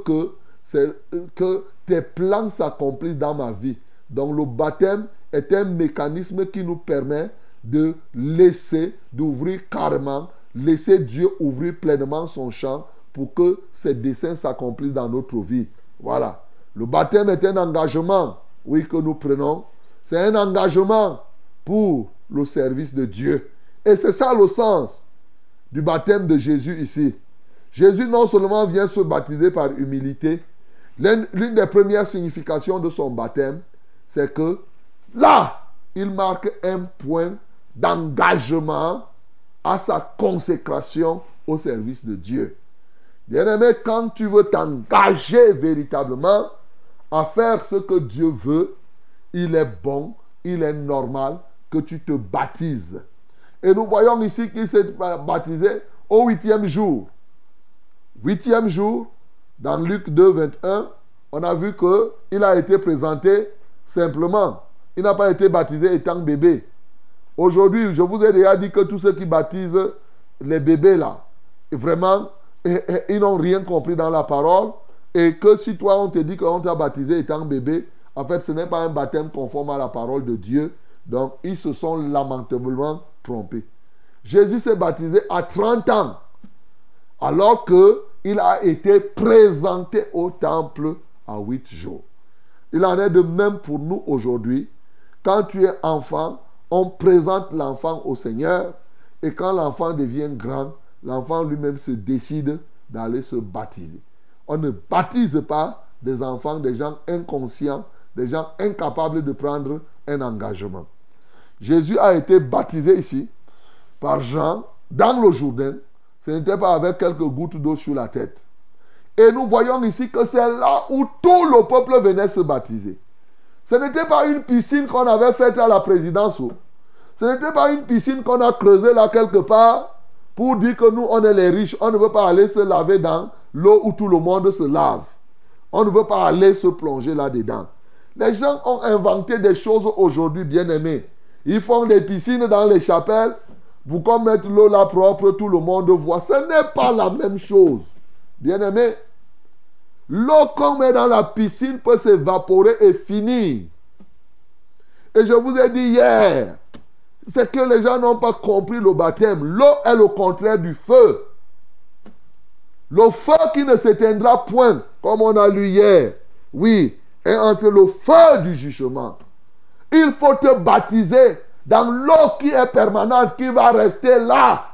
que tes plans s'accomplissent dans ma vie. Donc le baptême est un mécanisme qui nous permet de d'ouvrir carrément, laisser Dieu ouvrir pleinement son champ pour que ses desseins s'accomplissent dans notre vie. Voilà. Le baptême est un engagement, oui, que nous prenons. C'est un engagement pour le service de Dieu. Et c'est ça le sens du baptême de Jésus ici. Jésus non seulement vient se baptiser par humilité, l'une des premières significations de son baptême, c'est que là, il marque un point d'engagement à sa consécration au service de Dieu. Bien-aimé, quand tu veux t'engager véritablement à faire ce que Dieu veut, il est bon, il est normal que tu te baptises. Et nous voyons ici qu'il s'est baptisé au 8e jour. 8e jour, dans Luc 2, 21, on a vu qu'il a été présenté simplement. Il n'a pas été baptisé étant bébé. Aujourd'hui, je vous ai déjà dit que tous ceux qui baptisent les bébés là, vraiment, ils n'ont rien compris dans la parole. Et que si toi, on te dit qu'on t'a baptisé étant bébé, en fait, ce n'est pas un baptême conforme à la parole de Dieu. Donc, ils se sont lamentablement trompés. Jésus s'est baptisé à 30 ans, alors qu'il a été présenté au temple à 8 jours. Il en est de même pour nous aujourd'hui. Quand tu es enfant, on présente l'enfant au Seigneur. Et quand l'enfant devient grand, l'enfant lui-même se décide d'aller se baptiser. On ne baptise pas des enfants, des gens inconscients, des gens incapables de prendre un engagement. Jésus a été baptisé ici par Jean dans le Jourdain. Ce n'était pas avec quelques gouttes d'eau sur la tête. Et nous voyons ici que c'est là où tout le peuple venait se baptiser. Ce n'était pas une piscine qu'on avait faite à la présidence. Ce Ce n'était pas une piscine qu'on a creusée là quelque part pour dire que nous, on est les riches. On ne veut pas aller se laver dans l'eau où tout le monde se lave. On ne veut pas aller se plonger là-dedans. Les gens ont inventé des choses aujourd'hui, bien-aimés. Ils font des piscines dans les chapelles. Pour qu'on mette l'eau là propre, tout le monde voit. Ce n'est pas la même chose. Bien-aimés, l'eau qu'on met dans la piscine peut s'évaporer et finir. Et je vous ai dit hier, c'est que les gens n'ont pas compris le baptême. L'eau est le contraire du feu. Le feu qui ne s'éteindra point, comme on a lu hier, oui, est entre le feu du jugement. Il faut te baptiser dans l'eau qui est permanente, qui va rester là.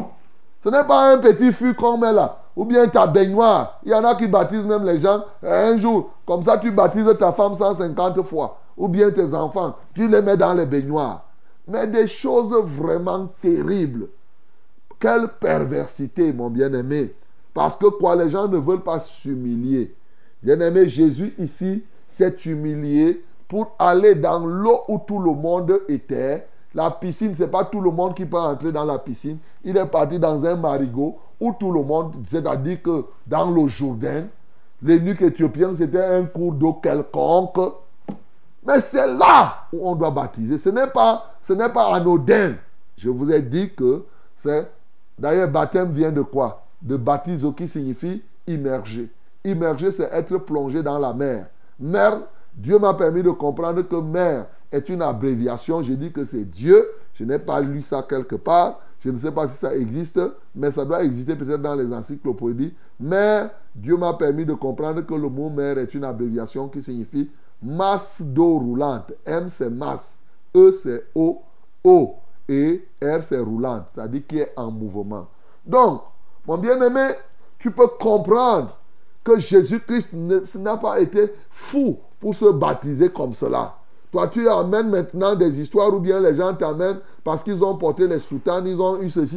Ce n'est pas un petit fût qu'on met là, ou bien ta baignoire. Il y en a qui baptisent même les gens un jour. Comme ça, tu baptises ta femme 150 fois, ou bien tes enfants, tu les mets dans les baignoires. Mais des choses vraiment terribles. Quelle perversité, mon bien-aimé. Parce que quoi, les gens ne veulent pas s'humilier. Bien-aimé, Jésus ici s'est humilié pour aller dans l'eau où tout le monde était. La piscine, ce n'est pas tout le monde qui peut entrer dans la piscine. Il est parti dans un marigot où tout le monde, c'est-à-dire que dans le Jourdain, l'eunuque éthiopien, c'était un cours d'eau quelconque. Mais c'est là où on doit baptiser. Ce n'est pas anodin. Je vous ai dit que c'est... D'ailleurs, baptême vient de quoi? De baptizo, qui signifie immerger. Immerger, c'est être plongé dans la mer. Mer, Dieu m'a permis de comprendre que mer est une abréviation. J'ai dit que c'est Dieu. Je n'ai pas lu ça quelque part. Je ne sais pas si ça existe, mais ça doit exister peut-être dans les encyclopédies. Mer, Dieu m'a permis de comprendre que le mot mer est une abréviation qui signifie masse d'eau roulante. M, c'est masse. E, c'est eau. O. Et R, c'est roulante. C'est-à-dire qui est en mouvement. Donc, mon bien-aimé, tu peux comprendre que Jésus-Christ n'a pas été fou pour se baptiser comme cela. Toi, tu amènes maintenant des histoires, ou bien les gens t'amènent parce qu'ils ont porté les soutanes, ils ont eu ceci,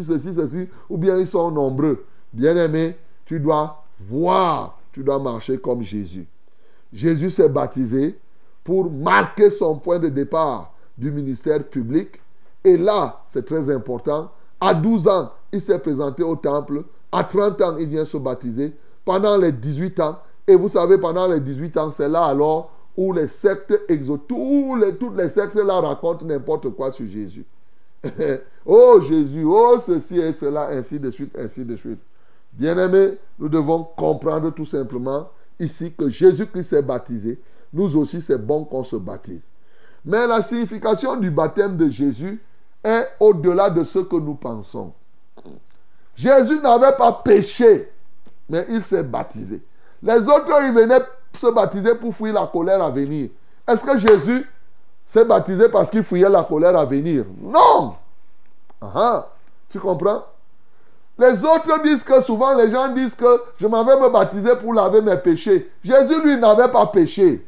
ou bien ils sont nombreux. Bien-aimé, tu dois voir, tu dois marcher comme Jésus. Jésus s'est baptisé pour marquer son point de départ du ministère public. Et là, c'est très important, à 12 ans, il s'est présenté au temple. À 30 ans, il vient se baptiser. Pendant les 18 ans, et vous savez, pendant les 18 ans, c'est là alors où les sectes toutes les sectes là racontent n'importe quoi sur Jésus. Oh Jésus, oh ceci et cela, ainsi de suite, ainsi de suite. Bien-aimés, nous devons comprendre tout simplement ici que Jésus-Christ s'est baptisé. Nous aussi, c'est bon qu'on se baptise. Mais la signification du baptême de Jésus est au-delà de ce que nous pensons. Jésus n'avait pas péché, mais il s'est baptisé. Les autres, ils venaient se baptiser pour fuir la colère à venir. Est-ce que Jésus s'est baptisé parce qu'il fuyait la colère à venir? Non! Tu comprends? Les autres disent que souvent, les gens disent que je m'avais me baptisé pour laver mes péchés. Jésus, lui, n'avait pas péché.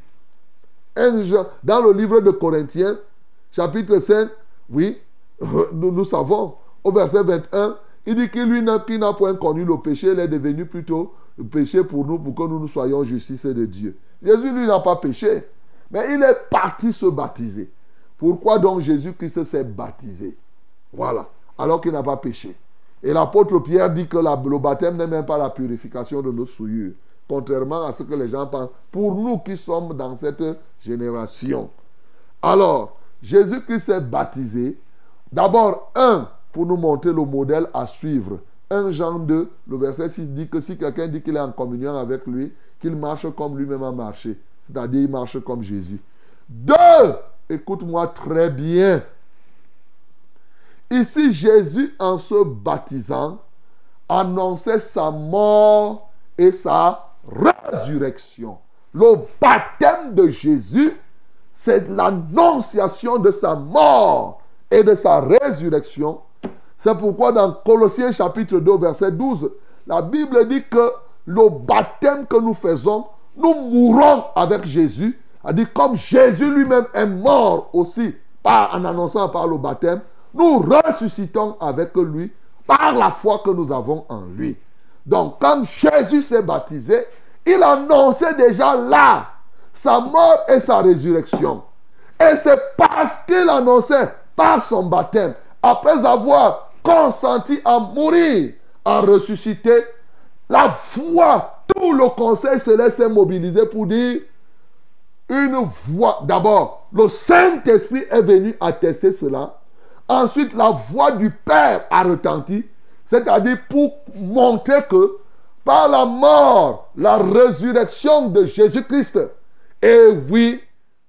Dans le livre de Corinthiens, chapitre 5, oui, nous savons, au verset 21, il dit qu'il lui qui n'a point connu le péché, il est devenu plutôt le péché pour nous, pour que nous soyons justice de Dieu. Jésus, lui, n'a pas péché, mais il est parti se baptiser. Pourquoi donc Jésus-Christ s'est baptisé? Voilà, alors qu'il n'a pas péché. Et l'apôtre Pierre dit que le baptême n'est même pas la purification de nos souillures, contrairement à ce que les gens pensent, pour nous qui sommes dans cette génération. Alors, Jésus-Christ s'est baptisé, d'abord, pour nous montrer le modèle à suivre. 1 Jean 2, le verset 6 dit que si quelqu'un dit qu'il est en communion avec lui, qu'il marche comme lui-même a marché. C'est-à-dire, il marche comme Jésus. 2, écoute-moi très bien. Ici, Jésus, en se baptisant, annonçait sa mort et sa résurrection. Le baptême de Jésus, c'est l'annonciation de sa mort et de sa résurrection. C'est pourquoi dans Colossiens chapitre 2, verset 12, la Bible dit que le baptême que nous faisons, nous mourrons avec Jésus. C'est-à-dire comme Jésus lui-même est mort aussi en annonçant par le baptême, nous ressuscitons avec lui par la foi que nous avons en lui. Donc quand Jésus s'est baptisé, il annonçait déjà là sa mort et sa résurrection. Et c'est parce qu'il annonçait par son baptême, après avoir consenti à mourir, à ressusciter, la foi, tout le conseil céleste est mobilisé pour dire une voix. D'abord, le Saint-Esprit est venu attester cela. Ensuite, la voix du Père a retenti, c'est-à-dire pour montrer que par la mort, la résurrection de Jésus-Christ, et oui,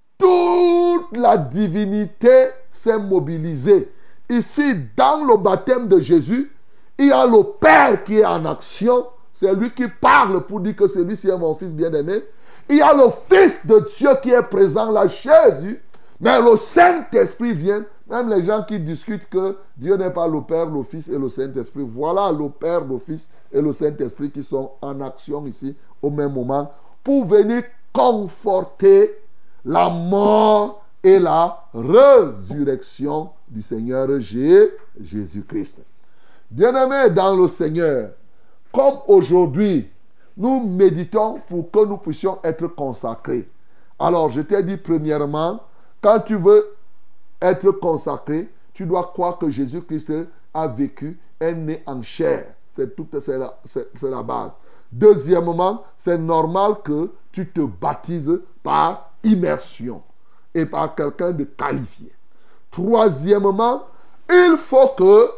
toute la divinité s'est mobilisée. Ici, dans le baptême de Jésus, il y a le Père qui est en action. C'est lui qui parle pour dire que celui-ci est mon fils bien-aimé. Il y a le Fils de Dieu qui est présent là, Jésus. Mais le Saint-Esprit vient. Même les gens qui discutent que Dieu n'est pas le Père, le Fils et le Saint-Esprit. Voilà le Père, le Fils et le Saint-Esprit qui sont en action ici au même moment pour venir conforter la mort et la résurrection du Seigneur Jésus-Christ. Bien-aimés dans le Seigneur, comme aujourd'hui, nous méditons pour que nous puissions être consacrés. Alors, je t'ai dit premièrement, quand tu veux être consacré, tu dois croire que Jésus-Christ a vécu, est né en chair. C'est la base. Deuxièmement, c'est normal que tu te baptises par immersion et par quelqu'un de qualifié. Troisièmement, il faut que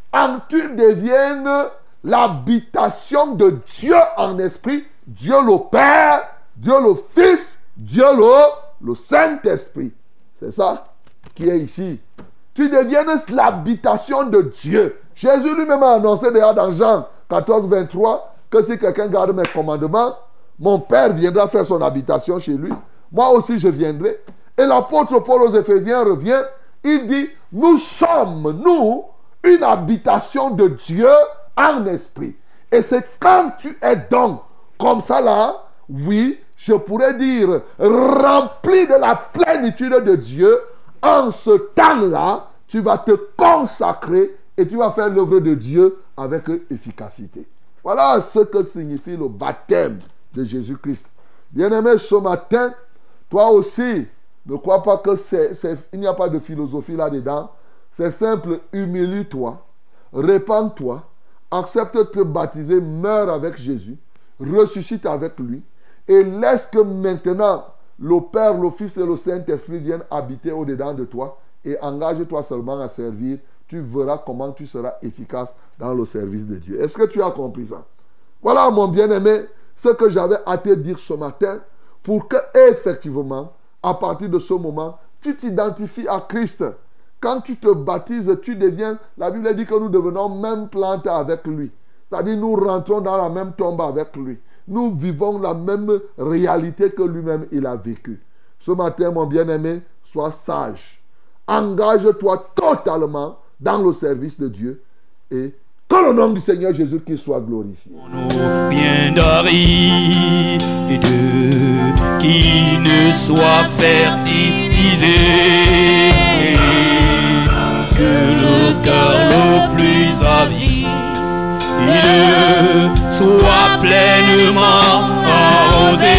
tu deviennes l'habitation de Dieu en esprit, Dieu le Père, Dieu le Fils, Dieu le Saint-Esprit. C'est ça qui est ici. Tu deviennes l'habitation de Dieu. Jésus lui-même a annoncé déjà dans Jean 14, 23 que si quelqu'un garde mes commandements, mon Père viendra faire son habitation chez lui. Moi aussi je viendrai. Et l'apôtre Paul aux Éphésiens revient, il dit, nous sommes, nous, une habitation de Dieu en esprit. Et c'est quand tu es donc comme ça là, oui, je pourrais dire, rempli de la plénitude de Dieu, en ce temps-là, tu vas te consacrer et tu vas faire l'œuvre de Dieu avec efficacité. Voilà ce que signifie le baptême de Jésus-Christ. Bien-aimé, ce matin, toi aussi, ne crois pas que il n'y a pas de philosophie là-dedans. C'est simple, humilie-toi, répands-toi, accepte de te baptiser, meurs avec Jésus, ressuscite avec lui et laisse que maintenant le Père, le Fils et le Saint-Esprit viennent habiter au-dedans de toi et engage-toi seulement à servir. Tu verras comment tu seras efficace dans le service de Dieu. Est-ce que tu as compris ça? Voilà, mon bien-aimé, ce que j'avais à te dire ce matin pour que, effectivement, à partir de ce moment, tu t'identifies à Christ. Quand tu te baptises, tu deviens, la Bible dit que nous devenons même plante avec lui. C'est-à-dire nous rentrons dans la même tombe avec lui. Nous vivons la même réalité que lui-même il a vécu. Ce matin, mon bien-aimé, sois sage. Engage-toi totalement dans le service de Dieu et que le nom du Seigneur Jésus-Christ soit glorifié. Bien d'Aride, qui ne soit fertilisé, que le cœur le plus avide soit pleinement arrosé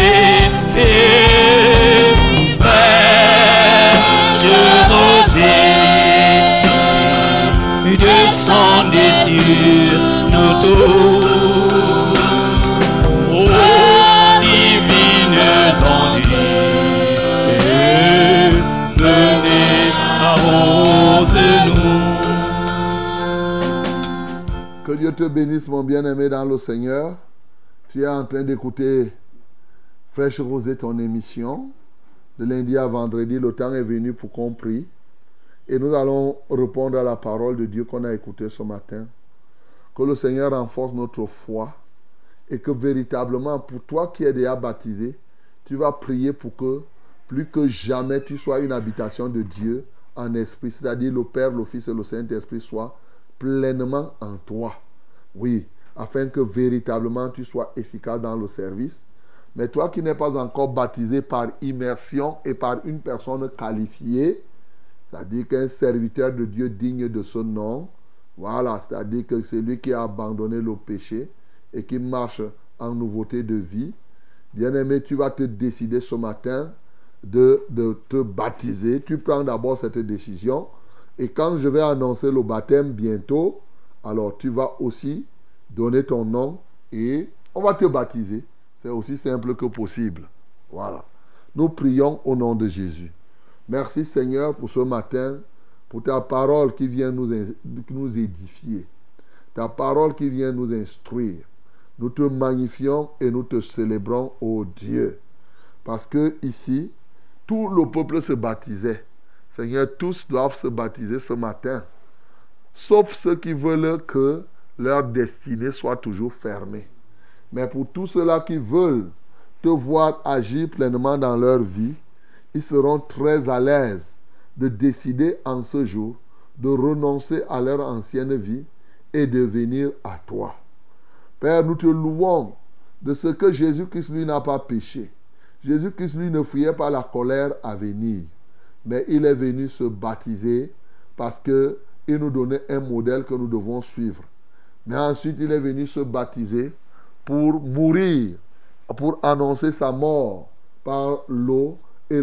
et fraîche rosée descendez sur nos tours, ô divines ondes, venez arrose-nous. Que Dieu te bénisse, mon bien-aimé dans le Seigneur. Tu es en train d'écouter Fraîche Rosée, ton émission. De lundi à vendredi, le temps est venu pour qu'on prie. Et nous allons répondre à la parole de Dieu qu'on a écoutée ce matin. Que le Seigneur renforce notre foi. Et que véritablement, pour toi qui es déjà baptisé, tu vas prier pour que, plus que jamais, tu sois une habitation de Dieu en esprit. C'est-à-dire le Père, le Fils et le Saint-Esprit soient pleinement en toi. Oui, afin que véritablement tu sois efficace dans le service. Mais toi qui n'es pas encore baptisé par immersion et par une personne qualifiée, c'est-à-dire qu'un serviteur de Dieu digne de ce nom, voilà, c'est-à-dire que c'est lui qui a abandonné le péché et qui marche en nouveauté de vie. Bien-aimé, tu vas te décider ce matin de te baptiser. Tu prends d'abord cette décision Et quand je vais annoncer le baptême bientôt, alors tu vas aussi donner ton nom et on va te baptiser. C'est aussi simple que possible. Voilà. Nous prions au nom de Jésus. Merci Seigneur pour ce matin, pour ta parole qui vient nous édifier. Ta parole qui vient nous instruire. Nous te magnifions et nous te célébrons, ô Dieu. Parce que ici, tout le peuple se baptisait. Seigneur, tous doivent se baptiser ce matin. Sauf ceux qui veulent que leur destinée soit toujours fermée. Mais pour tous ceux-là qui veulent te voir agir pleinement dans leur vie, ils seront très à l'aise de décider en ce jour de renoncer à leur ancienne vie et de venir à toi. Père, nous te louons de ce que Jésus-Christ, lui, n'a pas péché. Jésus-Christ, lui, ne fuyait pas la colère à venir, mais il est venu se baptiser parce qu'il nous donnait un modèle que nous devons suivre. Mais ensuite, il est venu se baptiser pour mourir, pour annoncer sa mort par l'eau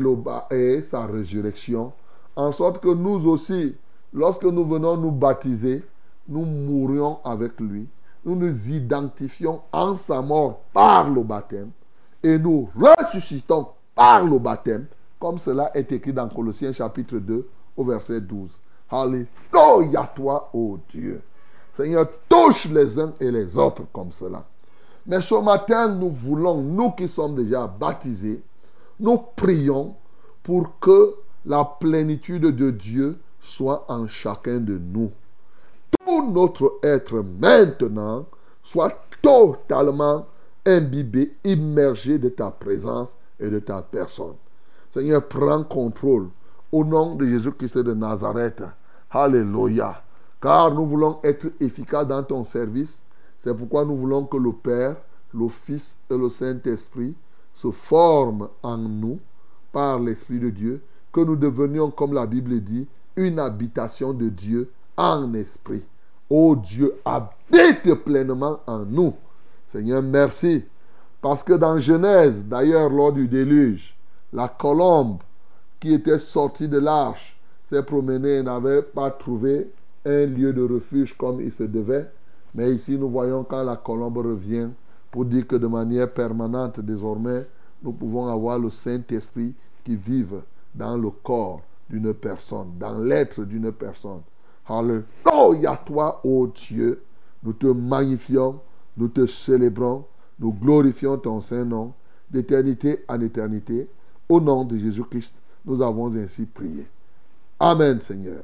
et sa résurrection, en sorte que nous aussi, lorsque nous venons nous baptiser, nous mourions avec lui. Nous nous identifions en sa mort par le baptême et nous ressuscitons par le baptême, comme cela est écrit dans Colossiens chapitre 2 au verset 12. Alléluia toi, ô Dieu. Seigneur, touche les uns et les autres comme cela. Mais ce matin, nous voulons, nous qui sommes déjà baptisés, nous prions pour que la plénitude de Dieu soit en chacun de nous. Tout notre être maintenant soit totalement imbibé, immergé de ta présence et de ta personne. Seigneur, prends contrôle au nom de Jésus-Christ de Nazareth. Alléluia. Car nous voulons être efficaces dans ton service. C'est pourquoi nous voulons que le Père, le Fils et le Saint-Esprit se forment en nous par l'Esprit de Dieu, que nous devenions, comme la Bible dit, une habitation de Dieu en esprit. Ô Dieu, habite pleinement en nous. Seigneur, merci. Parce que dans Genèse, d'ailleurs, lors du déluge, la colombe qui était sortie de l'arche s'est promenée et n'avait pas trouvé un lieu de refuge comme il se devait. Mais ici, nous voyons quand la colombe revient pour dire que de manière permanente, désormais, nous pouvons avoir le Saint-Esprit qui vive dans le corps d'une personne, dans l'être d'une personne. Alléluia toi, ô Dieu. Nous te magnifions, nous te célébrons, nous glorifions ton Saint-Nom d'éternité en éternité. Au nom de Jésus-Christ, nous avons ainsi prié. Amen, Seigneur.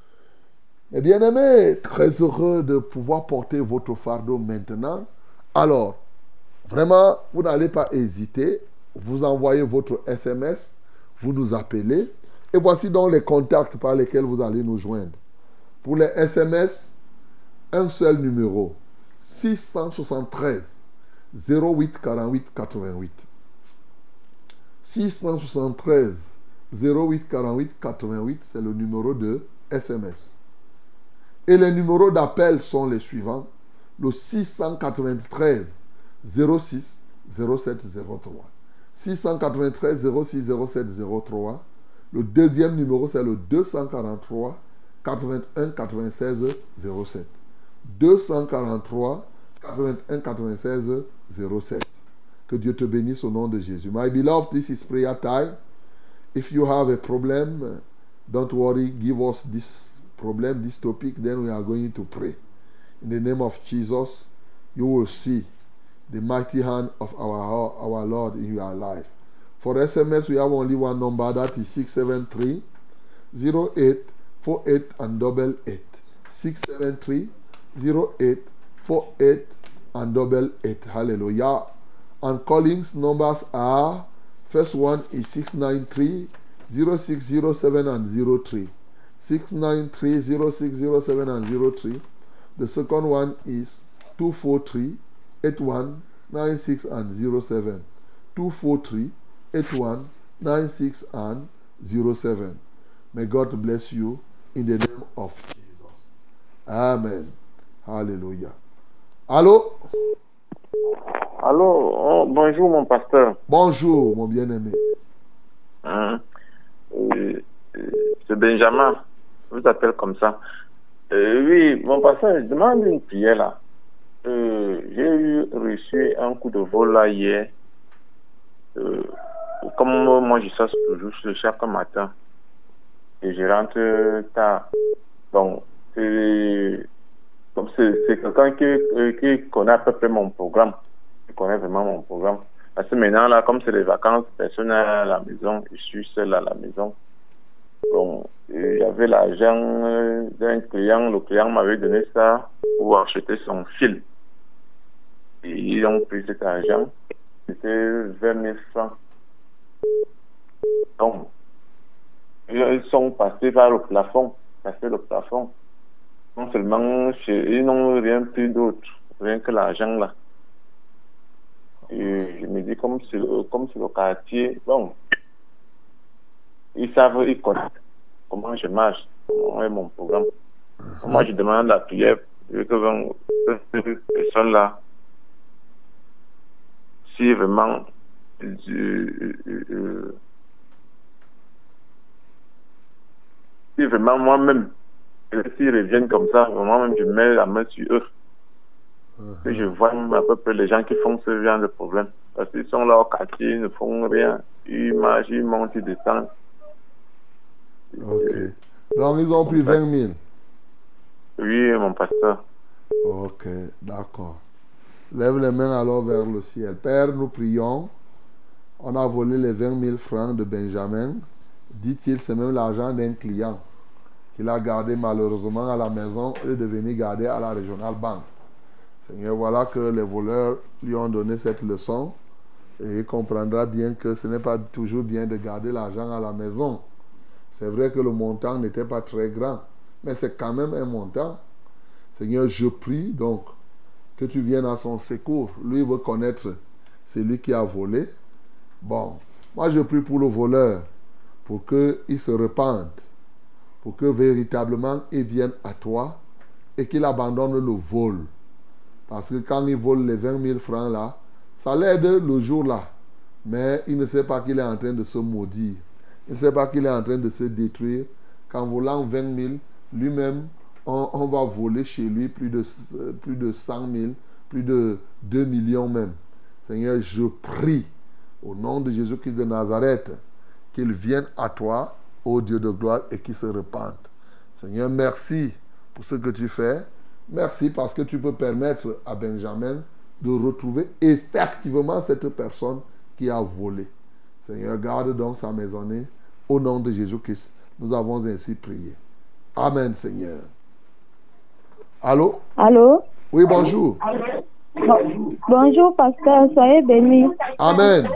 Mes bien-aimés, très heureux de pouvoir porter votre fardeau maintenant. Alors, vraiment, vous n'allez pas hésiter. Vous envoyez votre SMS, vous nous appelez. Et voici donc les contacts par lesquels vous allez nous joindre. Pour les SMS, un seul numéro, 673 08 48 88. 673 08 48 88, c'est le numéro de SMS. Et les numéros d'appel sont les suivants. Le 693 06 07 03. 693 06 07 03. Le deuxième numéro, c'est le 243 81 96 07. 243 81 96 07. Que Dieu te bénisse au nom de Jésus. My beloved, this is prayer time. If you have a problem, don't worry, give us this problem, this topic, then we are going to pray. In the name of Jesus, you will see the mighty hand of our Lord in your life. For SMS, we have only one number, that is 673 08 48 and 88. 673 08 48 and 88. Hallelujah. And callings numbers are, first one is 693 0607 and 03. 693 0607 and 03. The second one is 243 81 96 and 07. 243 81 96 and 07. May God bless you in the name of Jesus. Amen. Hallelujah. Allô? Allô? Oh, bonjour mon pasteur. Bonjour mon bien-aimé. C'est Benjamin. je vous appelle comme ça. Oui, mon pasteur, je demande une prière là. J'ai reçu un coup de vol là hier. Comme moi je sors toujours chaque matin. Et je rentre tard. Donc, comme c'est quelqu'un qui connaît à peu près mon programme. Qui connaît vraiment mon programme. Parce que maintenant, là, comme c'est les vacances, personne n'est à la maison. Je suis seul à la maison. Donc, il y avait l'argent d'un client. Le client m'avait donné ça pour acheter son fil. Et ils ont pris cet argent. C'était 20 000 francs. Donc, ils sont passés par le plafond. Non seulement, ils n'ont rien plus d'autre, rien que l'argent là. Et je me dis, comme c'est le quartier, bon, ils connaissent comment je marche, comment est mon programme. Moi, je demande la prière, que cette personne-là, si vraiment, si vraiment moi-même, s'ils reviennent comme ça, moi-même, je mets la main sur eux. Et je vois à peu près les gens qui font ce genre de problème. Parce qu'ils sont là au quartier, ils ne font rien. Ils marchent, ils montent, ils descendent. Ok. Donc, ils ont pris 20 000. Oui, mon pasteur. Ok, d'accord. Lève les mains alors vers le ciel. Père, nous prions. On a volé les 20 000 francs de Benjamin. Dit-il, c'est même l'argent d'un client qu'il a gardé malheureusement à la maison et de venir garder à la Regional Bank. Seigneur, voilà que les voleurs lui ont donné cette leçon et il comprendra bien que ce n'est pas toujours bien de garder l'argent à la maison. C'est vrai que le montant n'était pas très grand, mais c'est quand même un montant. Seigneur, je prie donc que tu viennes à son secours. Lui veut connaître celui qui a volé. Bon, moi je prie pour le voleur, pour qu'il se repente, pour que véritablement il vienne à toi et qu'il abandonne le vol. Parce que quand il vole les 20 000 francs là, ça l'aide le jour là. Mais il ne sait pas qu'il est en train de se maudire. Il ne sait pas qu'il est en train de se détruire. Qu'en volant 20 000, lui-même, on va voler chez lui plus de 100 000, plus de 2 millions même. Seigneur, je prie au nom de Jésus-Christ de Nazareth qu'il vienne à toi, ô Dieu de gloire, et qu'il se repente. Seigneur, merci pour ce que tu fais. Merci parce que tu peux permettre à Benjamin de retrouver effectivement cette personne qui a volé. Seigneur, garde donc sa maisonnée. Au nom de Jésus-Christ, nous avons ainsi prié. Amen, Seigneur. Allô? Allô? Oui, bonjour. Bonjour, pasteur. Soyez bénis. Amen.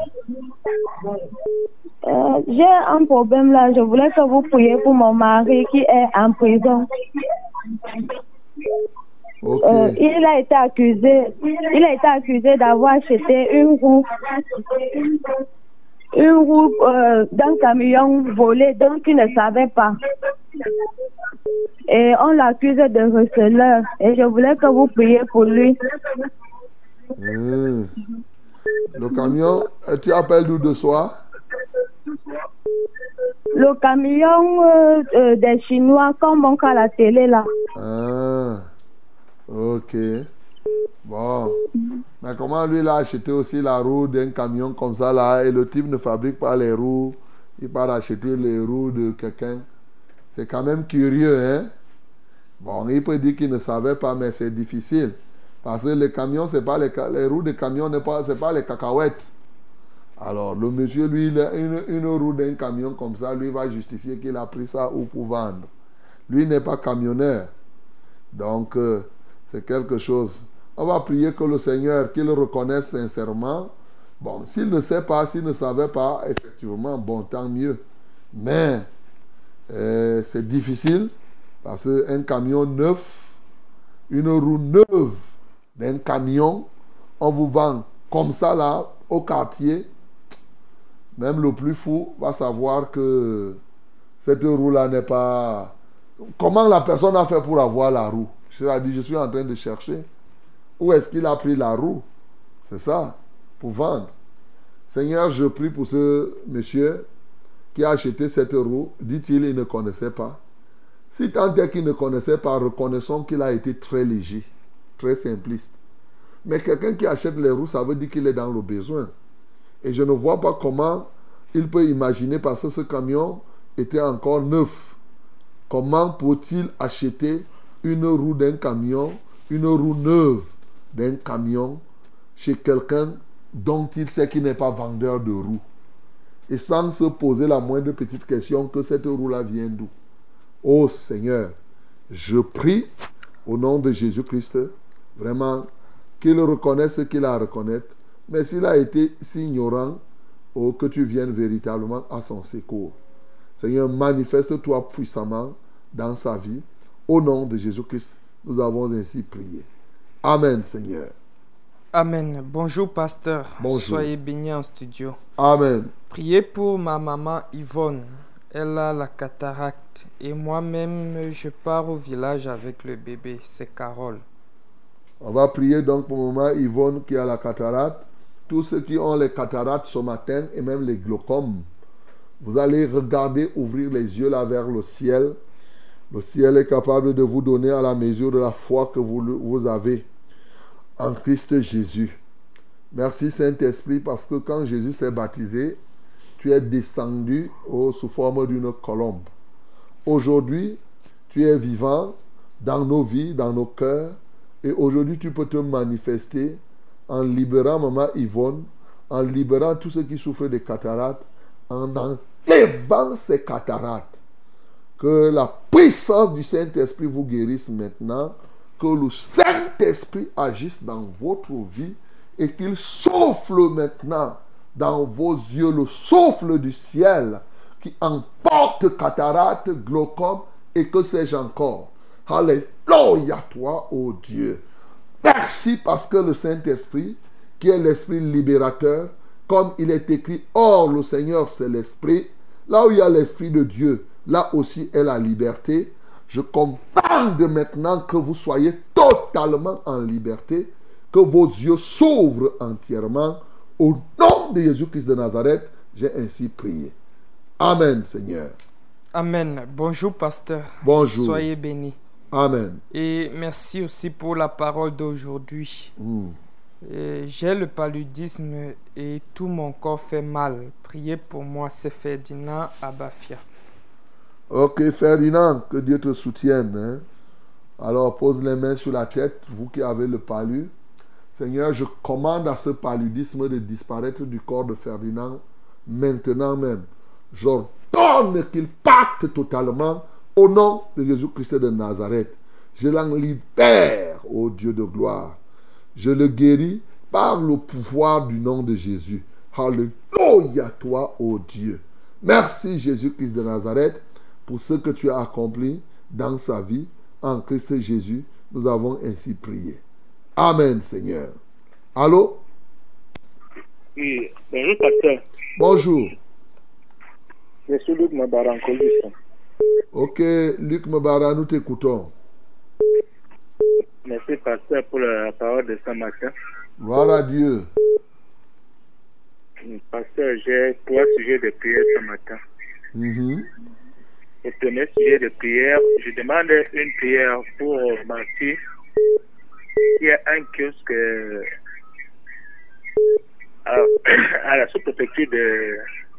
J'ai un problème là. Je voulais que vous priez pour mon mari qui est en prison. Okay. Il a été accusé d'avoir acheté une roue d'un camion volé, donc il ne savait pas. Et on l'accuse de receleur. Et je voulais que vous priez pour lui. Le camion, tu appelles d'où de soi? Le camion des Chinois, comme on voit à la télé là. Ah, ok. Bon. Mais comment lui, il a acheté aussi la roue d'un camion comme ça là, et le type ne fabrique pas les roues, il part acheter les roues de quelqu'un. C'est quand même curieux, hein? Bon, il peut dire qu'il ne savait pas, mais c'est difficile. Parce que les camions, c'est pas les roues de camion, c'est pas les cacahuètes. Alors, le monsieur, lui, il a une roue d'un camion comme ça, lui va justifier qu'il a pris ça ou pour vendre. Lui n'est pas camionneur. Donc, c'est quelque chose. On va prier que le Seigneur, qu'il le reconnaisse sincèrement. Bon, s'il ne sait pas, s'il ne savait pas, effectivement, bon, tant mieux. Mais, c'est difficile parce qu'un camion neuf, une roue neuve d'un camion, on vous vend comme ça là, au quartier. Même le plus fou va savoir que cette roue-là n'est pas... Comment la personne a fait pour avoir la roue? C'est-à-dire, je suis en train de chercher. Où est-ce qu'il a pris la roue? C'est ça, pour vendre. Seigneur, je prie pour ce monsieur qui a acheté cette roue. Dit-il, il ne connaissait pas. Si tant est qu'il ne connaissait pas, reconnaissons qu'il a été très léger, très simpliste. Mais quelqu'un qui achète les roues, ça veut dire qu'il est dans le besoin. Et je ne vois pas comment il peut imaginer, parce que ce camion était encore neuf. Comment peut-il acheter une roue d'un camion, une roue neuve d'un camion chez quelqu'un dont il sait qu'il n'est pas vendeur de roues? Et sans se poser la moindre petite question que cette roue-là vient d'où? Oh Seigneur, je prie au nom de Jésus-Christ, vraiment, qu'il reconnaisse ce qu'il a à reconnaître. Mais s'il a été si ignorant, oh, que tu viennes véritablement à son secours. Seigneur, manifeste-toi puissamment dans sa vie. Au nom de Jésus-Christ, nous avons ainsi prié. Amen, Seigneur. Amen. Bonjour, pasteur. Bonjour. Soyez bénis en studio. Amen. Priez pour ma maman Yvonne. Elle a la cataracte. Et moi-même, je pars au village avec le bébé. C'est Carole. On va prier donc pour maman Yvonne qui a la cataracte. Tous ceux qui ont les cataractes ce matin et même les glaucomes, vous allez regarder, ouvrir les yeux là vers le ciel. Le ciel est capable de vous donner à la mesure de la foi que vous avez en Christ Jésus. Merci Saint-Esprit, parce que quand Jésus s'est baptisé, tu es descendu sous forme d'une colombe. Aujourd'hui, tu es vivant dans nos vies, dans nos cœurs, et aujourd'hui tu peux te manifester en libérant maman Yvonne, en libérant tous ceux qui souffrent de cataractes, en enlevant ces cataractes. Que la puissance du Saint-Esprit vous guérisse maintenant, que le Saint-Esprit agisse dans votre vie et qu'il souffle maintenant dans vos yeux, le souffle du ciel qui emporte cataracte, glaucome et que sais-je encore. Alléluia toi, ô Dieu. Merci parce que le Saint-Esprit, qui est l'Esprit libérateur, comme il est écrit, or le Seigneur c'est l'Esprit, là où il y a l'Esprit de Dieu, là aussi est la liberté. Je commande maintenant que vous soyez totalement en liberté, que vos yeux s'ouvrent entièrement. Au nom de Jésus-Christ de Nazareth, j'ai ainsi prié. Amen, Seigneur. Amen. Bonjour, pasteur. Bonjour. Soyez bénis. Amen. Et merci aussi pour la parole d'aujourd'hui. J'ai le paludisme et tout mon corps fait mal. Priez pour moi, c'est Ferdinand à Bafia. Ok, Ferdinand, que Dieu te soutienne. Hein? Alors, pose les mains sur la tête, vous qui avez le palud. Seigneur, je commande à ce paludisme de disparaître du corps de Ferdinand maintenant même. J'ordonne qu'il parte totalement au nom de Jésus-Christ de Nazareth. Je l'en libère, ô Dieu de gloire. Je le guéris par le pouvoir du nom de Jésus. Alléluia toi, ô Dieu. Merci Jésus-Christ de Nazareth pour ce que tu as accompli dans sa vie. En Christ Jésus, nous avons ainsi prié. Amen, Seigneur. Allô? Oui, bonjour, pasteur. Bonjour. Je suis Luc Mabara en Colombie. Ok, Luc Mabara, nous t'écoutons. Merci, pasteur, pour la parole de ce matin. Gloire à Dieu. Pasteur, j'ai 3 sujets de prière ce matin. Le premier sujet de prière, je demande une prière pour ma fille qui a un kiosque à la sous-préfecture de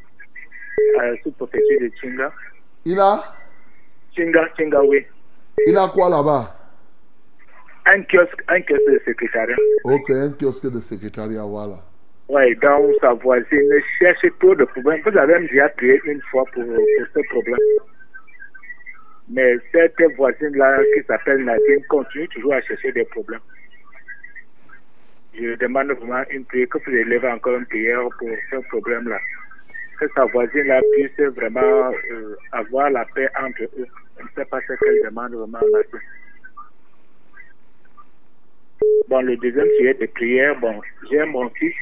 Tchinga. Il a Tchinga, oui. Il a quoi là-bas? Un kiosque de secrétariat. Ok, un kiosque de secrétariat, voilà. Oui, donc sa voisine cherche trop de problèmes. Vous avez déjà prié une fois pour ce problème. Mais cette voisine-là, qui s'appelle Nadine, continue toujours à chercher des problèmes. Je demande vraiment une prière, que vous élevez encore une prière pour ce problème-là. Que sa voisine-là puisse vraiment avoir la paix entre eux. Je ne sais pas ce qu'elle demande vraiment à Nadine. Bon, le deuxième sujet de prière, bon, j'ai mon fils,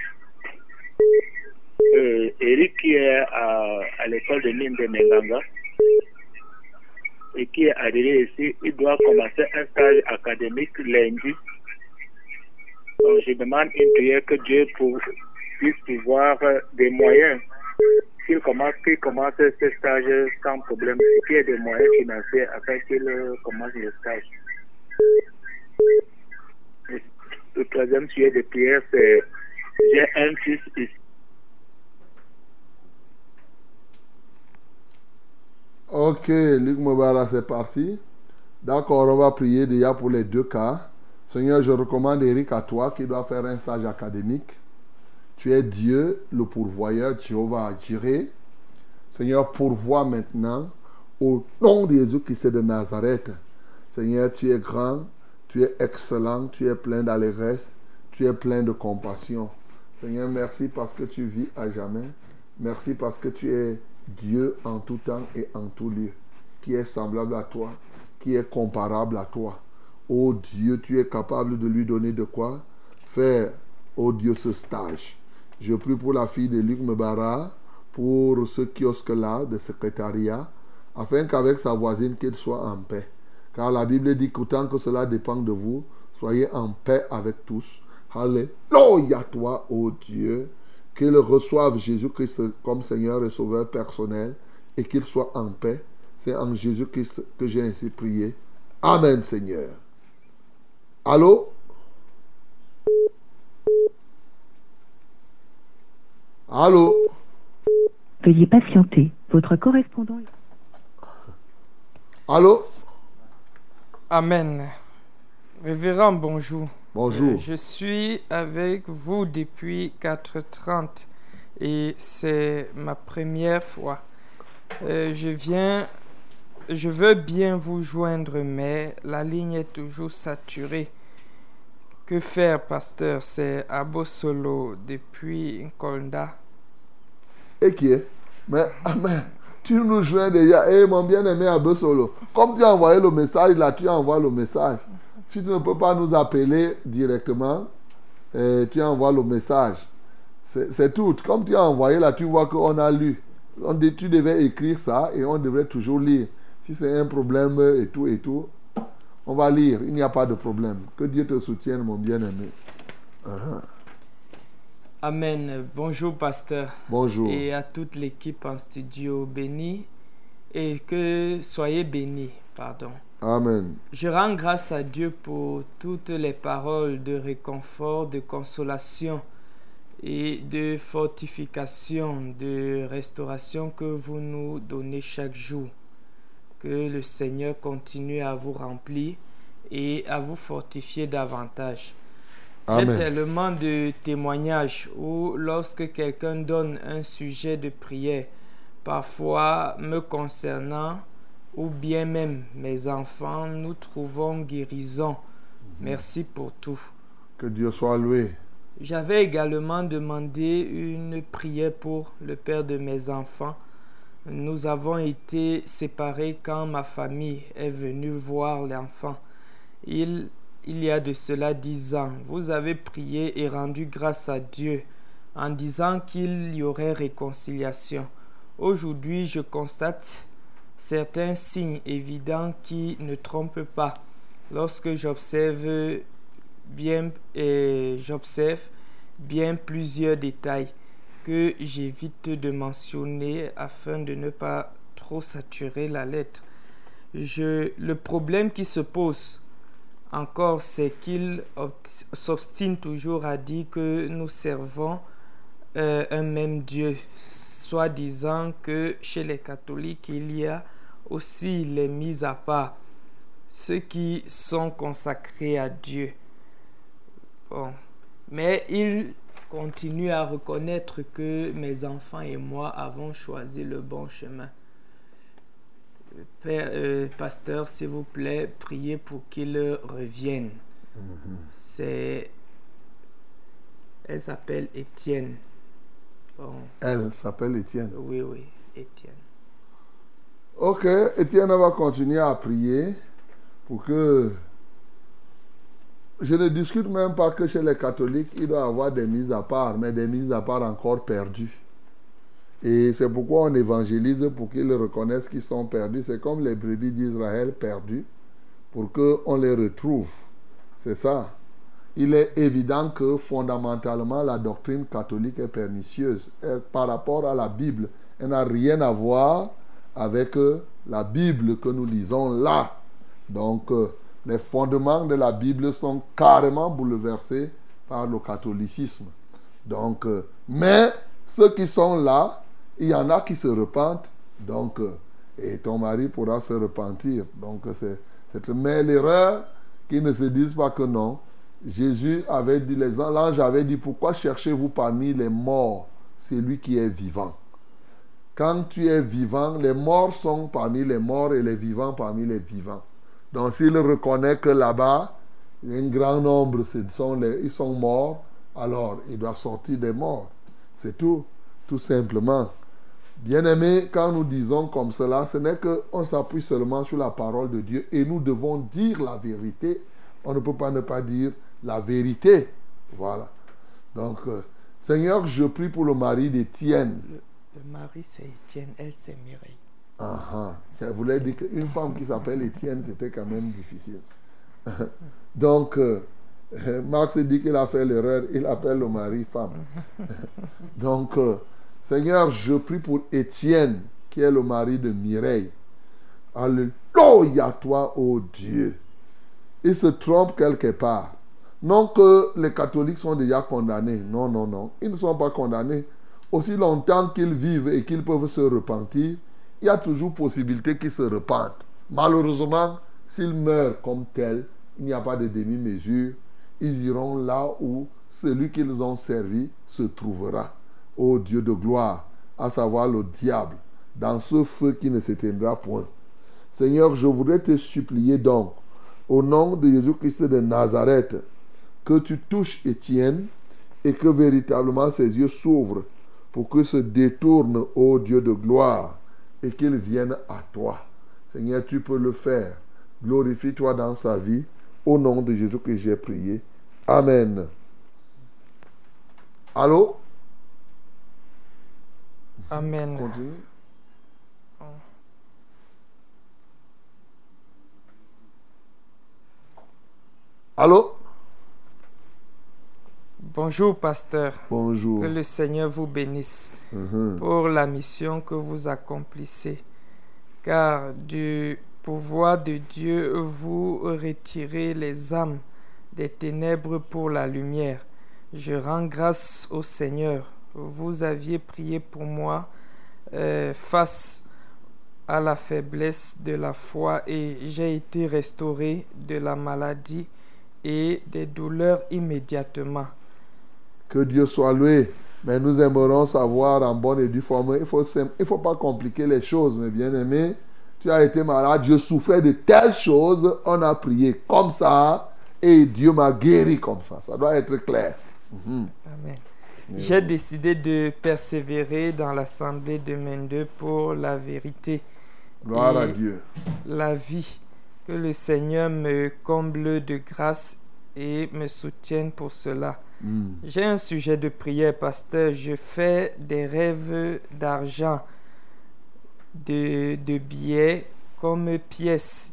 Eric, qui est à l'école de mine de Menganga et qui est adhéré ici. Il doit commencer un stage académique lundi. Donc, je demande une prière que Dieu puisse pouvoir des moyens qu'il commence ce stage sans problème, qu'il y ait des moyens financiers afin qu'il commence le stage. Le troisième sujet de prière, c'est j'ai un fils ici. Ok, Luc Mobara, c'est parti. D'accord, on va prier déjà pour les deux cas. Seigneur, je recommande Eric à toi qui doit faire un stage académique. Tu es Dieu, le pourvoyeur, Jéhovah Jireh. Seigneur, pourvois maintenant au nom de Jésus-Christ de Nazareth. Seigneur, tu es grand, tu es excellent, tu es plein d'allégresse, tu es plein de compassion. Seigneur, merci parce que tu vis à jamais. Merci parce que tu es Dieu en tout temps et en tout lieu, qui est semblable à toi, qui est comparable à toi. Oh Dieu, tu es capable de lui donner de quoi faire, oh Dieu, ce stage. Je prie pour la fille de Luc Mebara, pour ce kiosque-là de secrétariat, afin qu'avec sa voisine, qu'elle soit en paix. Car la Bible dit qu'autant que cela dépend de vous, soyez en paix avec tous. Alléluia toi, ô Dieu, qu'il reçoive Jésus-Christ comme Seigneur et Sauveur personnel et qu'il soit en paix. C'est en Jésus-Christ que j'ai ainsi prié. Amen, Seigneur. Allô? Allô? Veuillez patienter. Votre correspondant... Allô? Amen. Révérend, bonjour. Bonjour. Je suis avec vous depuis 4h30 et c'est ma première fois. Je veux bien vous joindre, mais la ligne est toujours saturée. Que faire, pasteur? C'est Abo Solo depuis Nkolda. Et qui est? Mais, amen. Tu nous joins déjà. Eh, mon bien-aimé Abo Solo. Comme tu as envoyé le message, là, tu envoies le message. Si tu ne peux pas nous appeler directement, tu envoies le message. C'est tout. Comme tu as envoyé là, tu vois qu'on a lu. Tu devais écrire ça et on devrait toujours lire. Si c'est un problème et tout, on va lire. Il n'y a pas de problème. Que Dieu te soutienne, mon bien-aimé. Amen. Bonjour, pasteur. Bonjour. Et à toute l'équipe en studio, béni. Et que soyez bénis, pardon. Amen. Je rends grâce à Dieu pour toutes les paroles de réconfort, de consolation et de fortification, de restauration que vous nous donnez chaque jour. Que le Seigneur continue à vous remplir et à vous fortifier davantage. J'ai tellement de témoignages où lorsque quelqu'un donne un sujet de prière, parfois me concernant, ou bien même mes enfants, nous trouvons guérison. Merci pour tout. Que Dieu soit loué. J'avais également demandé une prière pour le père de mes enfants. Nous avons été séparés quand ma famille est venue voir l'enfant. Il y a de cela 10 ans. Vous avez prié et rendu grâce à Dieu en disant qu'il y aurait réconciliation. Aujourd'hui, je constate certains signes évidents qui ne trompent pas. Lorsque j'observe bien plusieurs détails que j'évite de mentionner afin de ne pas trop saturer la lettre. Le problème qui se pose encore, c'est qu'il s'obstine toujours à dire que nous servons un même Dieu, soit disant que chez les catholiques, il y a aussi les mises à part, ceux qui sont consacrés à Dieu. Bon. Mais il continue à reconnaître que mes enfants et moi avons choisi le bon chemin. Père, pasteur, s'il vous plaît, priez pour qu'il revienne. Elle s'appelle Étienne. Bon, elle s'appelle Étienne. Oui, Étienne. Ok, Étienne va continuer à prier pour que... Je ne discute même pas que chez les catholiques, il doit y avoir des mises à part, mais des mises à part encore perdues. Et c'est pourquoi on évangélise pour qu'ils reconnaissent qu'ils sont perdus. C'est comme les brebis d'Israël perdus, pour qu'on les retrouve. C'est ça. Il est évident que fondamentalement, la doctrine catholique est pernicieuse. Par rapport à la Bible, Elle n'a rien à voir avec la Bible que nous lisons là. Donc, les fondements de la Bible sont carrément bouleversés par le catholicisme. Donc, mais ceux qui sont là, il y en a qui se repentent. Donc, et ton mari pourra se repentir. Donc, mais l'erreur, qu'ils ne se disent pas que non. Jésus avait dit, l'ange avait dit, pourquoi cherchez-vous parmi les morts celui qui est vivant? Quand tu es vivant, les morts sont parmi les morts et les vivants parmi les vivants. Donc s'il reconnaît que là-bas, un grand nombre, ils sont morts, alors il doit sortir des morts. C'est tout simplement. Bien-aimés, quand nous disons comme cela, ce n'est qu'on s'appuie seulement sur la parole de Dieu et nous devons dire la vérité. On ne peut pas ne pas dire la vérité. Voilà. Donc, Seigneur, je prie pour le mari d'Étienne. Le mari, c'est Étienne, elle, c'est Mireille. Je voulais dire qu'une femme qui s'appelle Étienne, c'était quand même difficile. Donc, Marx dit qu'il a fait l'erreur, il appelle le mari femme. Donc, Seigneur, je prie pour Étienne, qui est le mari de Mireille. Alléluia, toi, ô Dieu. Il se trompe quelque part. Non que les catholiques sont déjà condamnés. Non, non, non. Ils ne sont pas condamnés. Aussi longtemps qu'ils vivent et qu'ils peuvent se repentir, il y a toujours possibilité qu'ils se repentent. Malheureusement, s'ils meurent comme tels, il n'y a pas de demi-mesure. Ils iront là où celui qu'ils ont servi se trouvera. Ô Dieu de gloire, à savoir le diable, dans ce feu qui ne s'éteindra point. Seigneur, je voudrais te supplier donc, au nom de Jésus-Christ de Nazareth, que tu touches Étienne et que véritablement ses yeux s'ouvrent pour qu'il se détourne, ô Dieu de gloire, et qu'il vienne à toi. Seigneur, tu peux le faire. Glorifie-toi dans sa vie. Au nom de Jésus que j'ai prié. Amen. Allô? Amen. Continue. Allô? Bonjour, pasteur. Bonjour. Que le Seigneur vous bénisse pour la mission que vous accomplissez. Car du pouvoir de Dieu, vous retirez les âmes des ténèbres pour la lumière. Je rends grâce au Seigneur. Vous aviez prié pour moi face à la faiblesse de la foi et j'ai été restauré de la maladie et des douleurs immédiatement. Que Dieu soit loué. Mais nous aimerons savoir en bonne et due forme. Il ne faut pas compliquer les choses, mes bien-aimés. Tu as été malade, je souffrais de telles choses, on a prié comme ça et Dieu m'a guéri comme ça. Ça doit être clair. Amen. J'ai décidé de persévérer dans l'assemblée de Mende pour la vérité. Gloire à Dieu. La vie. Que le Seigneur me comble de grâce et me soutienne pour cela. J'ai un sujet de prière, pasteur. Je fais des rêves d'argent, de billets comme pièces.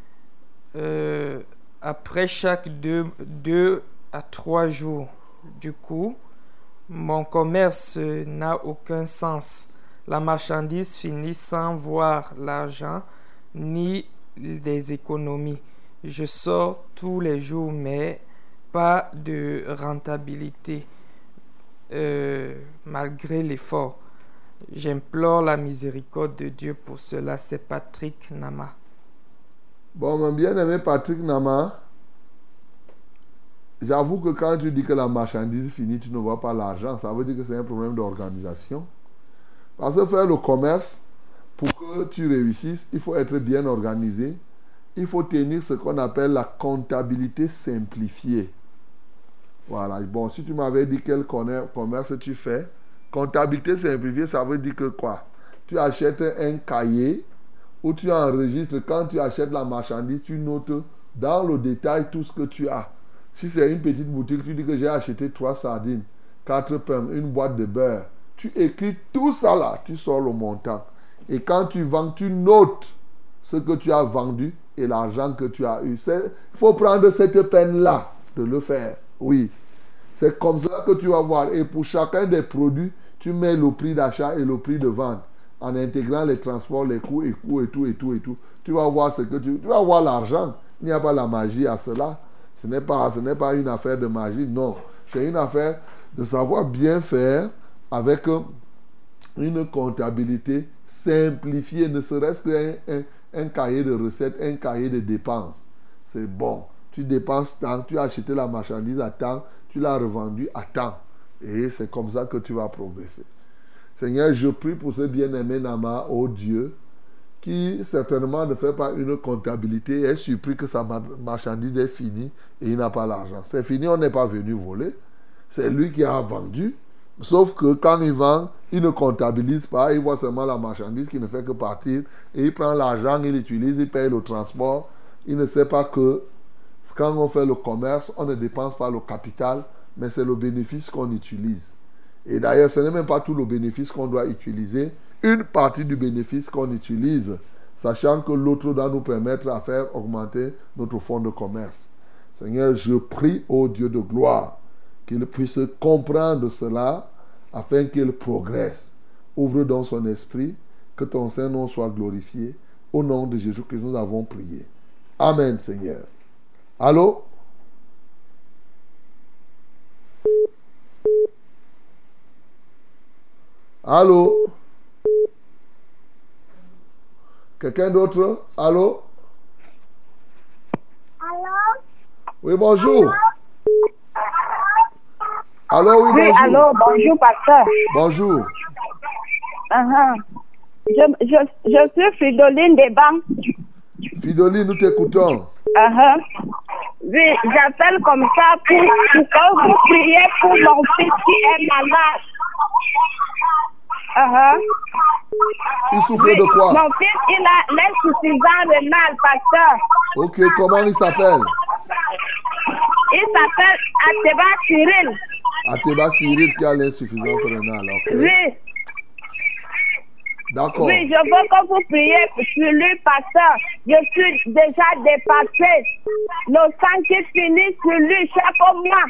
Après chaque 2 à 3 jours. Du coup, mon commerce n'a aucun sens. La marchandise finit sans voir l'argent ni des économies. Je sors tous les jours, mais pas de rentabilité malgré l'effort. J'implore la miséricorde de Dieu pour cela. C'est Patrick Nama. Bon, mon bien-aimé Patrick Nama, j'avoue que quand tu dis que la marchandise finit, tu ne vois pas l'argent, ça veut dire que c'est un problème d'organisation. Parce que faire le commerce, pour que tu réussisses, il faut être bien organisé. Il faut tenir ce qu'on appelle la comptabilité simplifiée. Voilà. Bon, si tu m'avais dit quel commerce tu fais, comptabilité simplifiée, ça veut dire que quoi? Tu achètes un cahier où tu enregistres, quand tu achètes la marchandise, tu notes dans le détail tout ce que tu as. Si c'est une petite boutique, tu dis que j'ai acheté 3 sardines, 4 pains, une boîte de beurre. Tu écris tout ça là, tu sors le montant. Et quand tu vends, tu notes ce que tu as vendu et l'argent que tu as eu. Il faut prendre cette peine-là de le faire. Oui. C'est comme ça que tu vas voir. Et pour chacun des produits, tu mets le prix d'achat et le prix de vente. en intégrant les transports, les coûts et tout. Tu vas voir ce que tu vas voir l'argent. Il n'y a pas la magie à cela. Ce n'est pas une affaire de magie, non. C'est une affaire de savoir bien faire avec une comptabilité simplifiée, ne serait-ce qu'un cahier de recettes, un cahier de dépenses. C'est bon. Tu dépenses tant, tu as acheté la marchandise à temps, tu l'as revendue à temps. Et c'est comme ça que tu vas progresser. Seigneur, je prie pour ce bien-aimé Nama, oh Dieu, qui certainement ne fait pas une comptabilité et est surpris que sa marchandise est finie et il n'a pas l'argent. C'est fini, on n'est pas venu voler. C'est lui qui a vendu. Sauf que quand il vend, il ne comptabilise pas, il voit seulement la marchandise qui ne fait que partir et il prend l'argent, il l'utilise, il paye le transport. Il ne sait pas que quand on fait le commerce, on ne dépense pas le capital, mais c'est le bénéfice qu'on utilise. Et d'ailleurs, ce n'est même pas tout le bénéfice qu'on doit utiliser, une partie du bénéfice qu'on utilise, sachant que l'autre doit nous permettre à faire augmenter notre fonds de commerce. Seigneur, je prie au Dieu de gloire qu'il puisse comprendre cela afin qu'il progresse. Ouvre donc son esprit, que ton Saint-Nom soit glorifié. Au nom de Jésus que nous avons prié. Amen, Seigneur. Allô? Allô? Quelqu'un d'autre? Allô? Allô? Oui, bonjour. Allô, oui, Oui, bonjour. allô, bonjour, pasteur. Bonjour. Je suis Fridoline des banques. Fridoline, nous t'écoutons. Oui, j'appelle comme ça pour que vous priez pour mon fils qui est malade. Il souffre de quoi? Mon fils, il a l'insuffisance rénale, pasteur. Ok, comment il s'appelle? Il s'appelle Ateba Cyril. Ateba Cyril qui a l'insuffisance rénale. Ok. Oui. D'accord. Oui, je veux que vous priez sur lui, pasteur. Je suis déjà dépassée. Le sang qui finit sur lui chaque mois.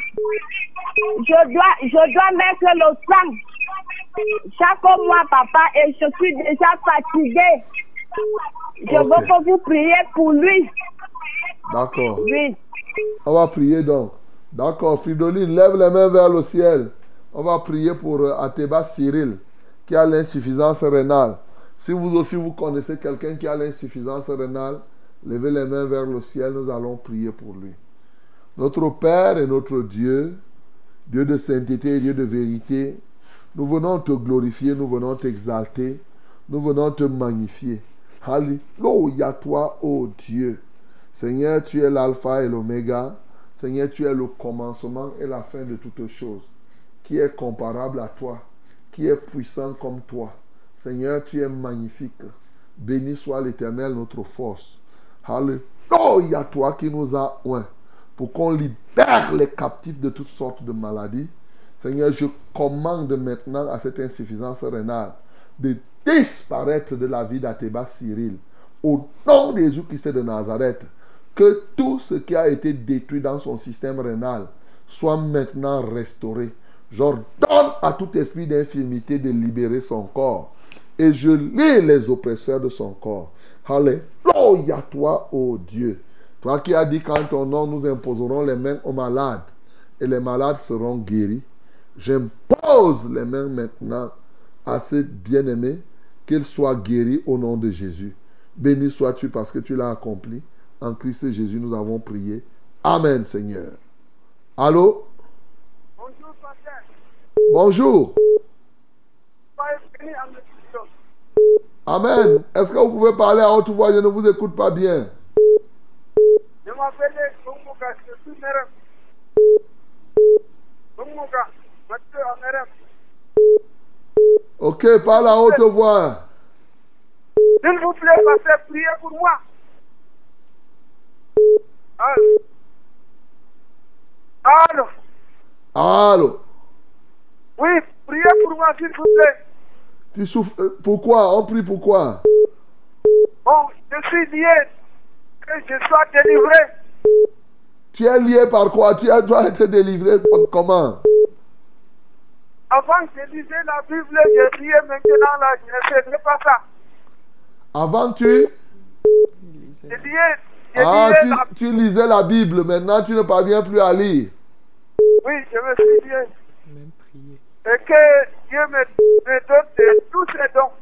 Je dois mettre le sang chaque mois, papa, et je suis déjà fatiguée. Je veux que vous priez pour lui. D'accord. Oui. On va prier donc. D'accord, Fridoline, lève les mains vers le ciel. On va prier pour Ateba Cyril qui a l'insuffisance rénale. Si vous aussi vous connaissez quelqu'un qui a l'insuffisance rénale, levez les mains vers le ciel, nous allons prier pour lui. Notre Père et notre Dieu, Dieu de sainteté et Dieu de vérité, nous venons te glorifier, nous venons t'exalter, nous venons te magnifier. Alléluia toi, ô Dieu. Seigneur, tu es l'alpha et l'oméga. Seigneur, tu es le commencement et la fin de toutes choses. Qui est comparable à toi? Qui est puissant comme toi? Seigneur, tu es magnifique. Béni soit l'Éternel, notre force. Alléluia, toi qui nous as oints pour qu'on libère les captifs de toutes sortes de maladies. Seigneur, je commande maintenant à cette insuffisance rénale de disparaître de la vie d'Ateba Cyril. Au nom de Jésus-Christ de Nazareth, que tout ce qui a été détruit dans son système rénal soit maintenant restauré. J'ordonne à tout esprit d'infirmité de libérer son corps. Et je lis les oppresseurs de son corps. Alléluia toi, ô Dieu. Toi qui as dit qu'en ton nom nous imposerons les mains aux malades et les malades seront guéris. J'impose les mains maintenant à ce bien-aimé, qu'il soit guéri au nom de Jésus. Béni sois-tu parce que tu l'as accompli. En Christ Jésus, nous avons prié. Amen, Seigneur. Allô? Bonjour, pasteur. Bonjour. Amen. Est-ce que vous pouvez parler à haute voix? Je ne vous écoute pas bien. Je m'appelle Bongoka, je suis Merem. Bongoka, Mathieu Merem. Ok, parle à haute voix. S'il vous plaît, pasteur, priez pour moi. Allô? Allô? Oui, priez pour moi, s'il vous plaît. Tu souffres. Pourquoi? On prie pourquoi? Bon, je suis lié. Que je sois délivré. Tu es lié par quoi? Tu dois être délivré comment? Avant, je lisais la Bible, je priais, maintenant, là, je ne fais pas ça. Avant, tu tu lisais la Bible. Maintenant, tu ne parviens plus à lire. Oui, je me suis dit. Et que Dieu me donne tous ses dons.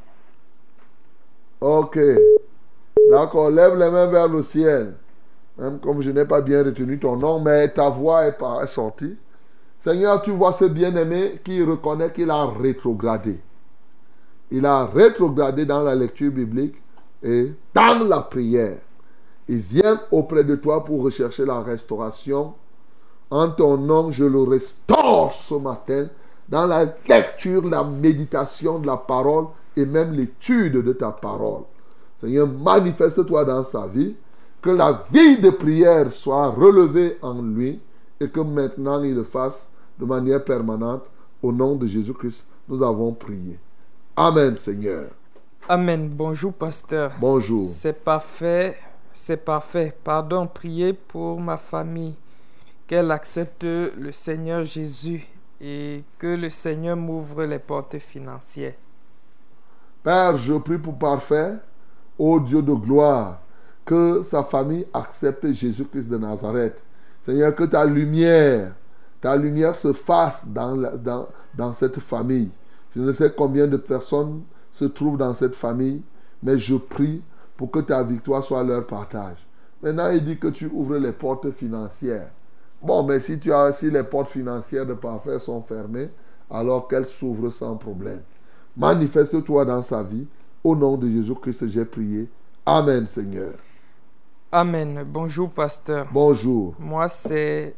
Ok. D'accord, lève les mains vers le ciel. Même comme je n'ai pas bien retenu ton nom, mais ta voix est sortie. Seigneur, tu vois ce bien-aimé qui reconnaît qu'il a rétrogradé. Il a rétrogradé dans la lecture biblique et dans la prière. Il vient auprès de toi pour rechercher la restauration. En ton nom, je le restaure ce matin dans la lecture, la méditation de la parole et même l'étude de ta parole. Seigneur, manifeste-toi dans sa vie, que la vie de prière soit relevée en lui et que maintenant il le fasse de manière permanente. Au nom de Jésus-Christ, nous avons prié. Amen, Seigneur. Amen. Bonjour, pasteur. Bonjour. C'est parfait. C'est parfait. Pardon, priez pour ma famille. Qu'elle accepte le Seigneur Jésus et que le Seigneur m'ouvre les portes financières. Père, je prie pour parfait, ô Dieu de gloire, que sa famille accepte Jésus-Christ de Nazareth. Seigneur, que ta lumière se fasse dans cette famille. Je ne sais combien de personnes se trouvent dans cette famille, mais je prie pour que ta victoire soit leur partage. Maintenant, il dit que tu ouvres les portes financières. Bon, mais si les portes financières de parfait sont fermées, alors qu'elles s'ouvrent sans problème. Manifeste-toi dans sa vie. Au nom de Jésus-Christ, j'ai prié. Amen, Seigneur. Amen. Bonjour, pasteur. Bonjour. Moi, c'est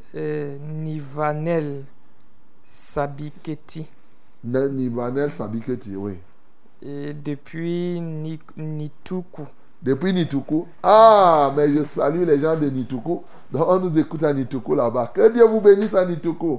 Nivanel Sabiketi. Nivanel Sabiketi, oui. Et depuis Nituku. Depuis Nituku. Ah, mais je salue les gens de Nituku. Donc, on nous écoute à Nituku là-bas. Que Dieu vous bénisse à Nituku.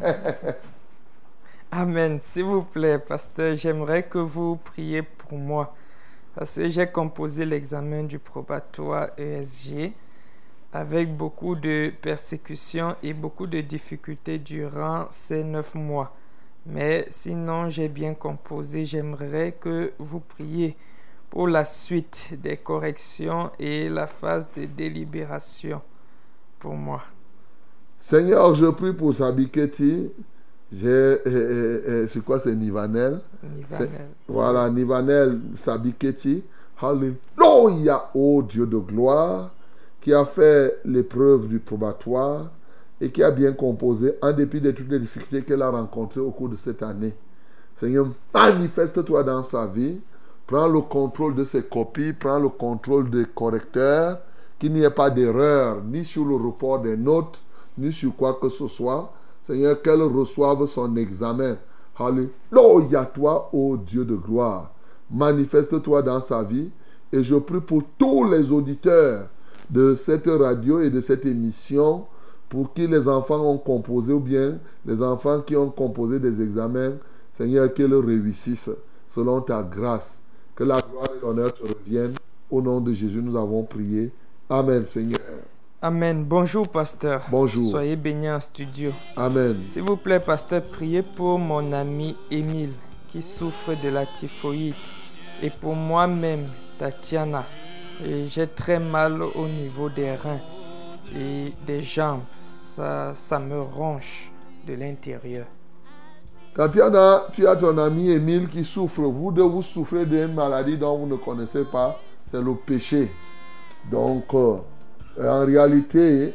Amen. S'il vous plaît, pasteur, j'aimerais que vous priez pour moi. Parce que j'ai composé l'examen du probatoire ESG avec beaucoup de persécutions et beaucoup de difficultés durant ces 9 mois. Mais sinon, j'ai bien composé. J'aimerais que vous priez pour la suite des corrections et la phase de délibération pour moi. Seigneur, je prie pour Sabiketi. C'est quoi, c'est Nivanel? Voilà, Nivanel Sabiketi. Alléluia, ô Dieu de gloire, qui a fait l'épreuve du probatoire et qui a bien composé en dépit de toutes les difficultés qu'elle a rencontrées au cours de cette année. Seigneur, manifeste-toi dans sa vie. Prends le contrôle de ses copies, prends le contrôle des correcteurs, qu'il n'y ait pas d'erreur, ni sur le report des notes, ni sur quoi que ce soit. Seigneur, qu'elle reçoive son examen. Alléluia, toi, ô Dieu de gloire. Manifeste-toi dans sa vie. Et je prie pour tous les auditeurs de cette radio et de cette émission, pour qui les enfants ont composé, ou bien les enfants qui ont composé des examens, Seigneur, qu'ils réussissent selon ta grâce. Que la gloire et l'honneur te reviennent. Au nom de Jésus, nous avons prié. Amen, Seigneur. Amen. Bonjour, pasteur. Bonjour. Soyez bénis en studio. Amen. S'il vous plaît, pasteur, priez pour mon ami Émile qui souffre de la typhoïde et pour moi-même, Tatiana. J'ai très mal au niveau des reins et des jambes. Ça me ronge de l'intérieur. Tatiana, tu as ton ami Émile qui souffre. Vous deux, vous souffrez d'une maladie dont vous ne connaissez pas. C'est le péché. Donc, en réalité,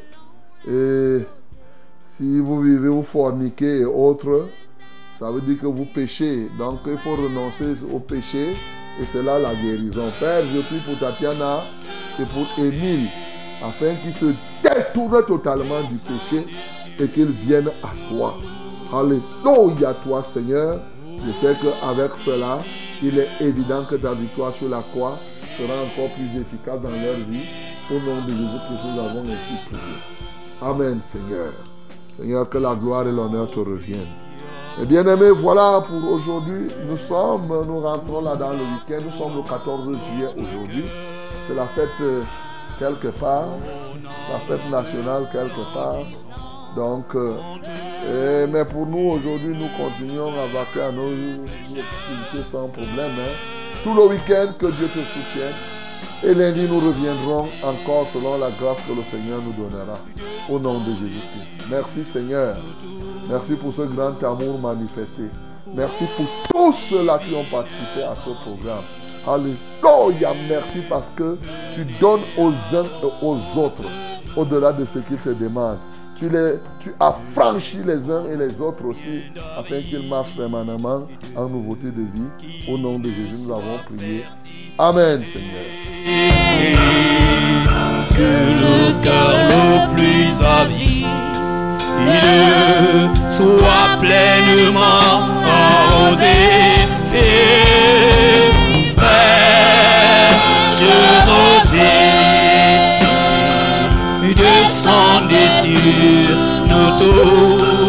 si vous vivez, vous forniquez et autres, ça veut dire que vous péchez. Donc, il faut renoncer au péché et c'est là la guérison. Père, je prie pour Tatiana et pour Émile, afin qu'ils se détournent totalement du péché et qu'ils viennent à toi. Alléluia, toi, Seigneur. Je sais qu'avec cela, il est évident que ta victoire sur la croix sera encore plus efficace dans leur vie. Au nom de Jésus-Christ, nous avons ainsi prié. Amen, Seigneur. Seigneur, que la gloire et l'honneur te reviennent. Et bien aimés, voilà pour aujourd'hui. Nous rentrons là dans le week-end. Nous sommes le 14 juillet aujourd'hui. C'est la fête quelque part. La fête nationale quelque part. Donc, Mais pour nous, aujourd'hui, nous continuons à vaquer à nos activités sans problème. Tout le week-end, que Dieu te soutienne. Et lundi, nous reviendrons encore selon la grâce que le Seigneur nous donnera. Au nom de Jésus-Christ. Merci Seigneur. Merci pour ce grand amour manifesté. Merci pour tous ceux-là qui ont participé à ce programme. Alléluia. Merci parce que tu donnes aux uns et aux autres au-delà de ce qu'ils te demandent. Tu as franchi les uns et les autres aussi afin qu'ils marchent permanemment en nouveauté de vie. Au nom de Jésus, nous avons prié. Amen, Seigneur. Que le cœur le plus avide soit pleinement arrosé et fraîche rosée descendez sur nos tours.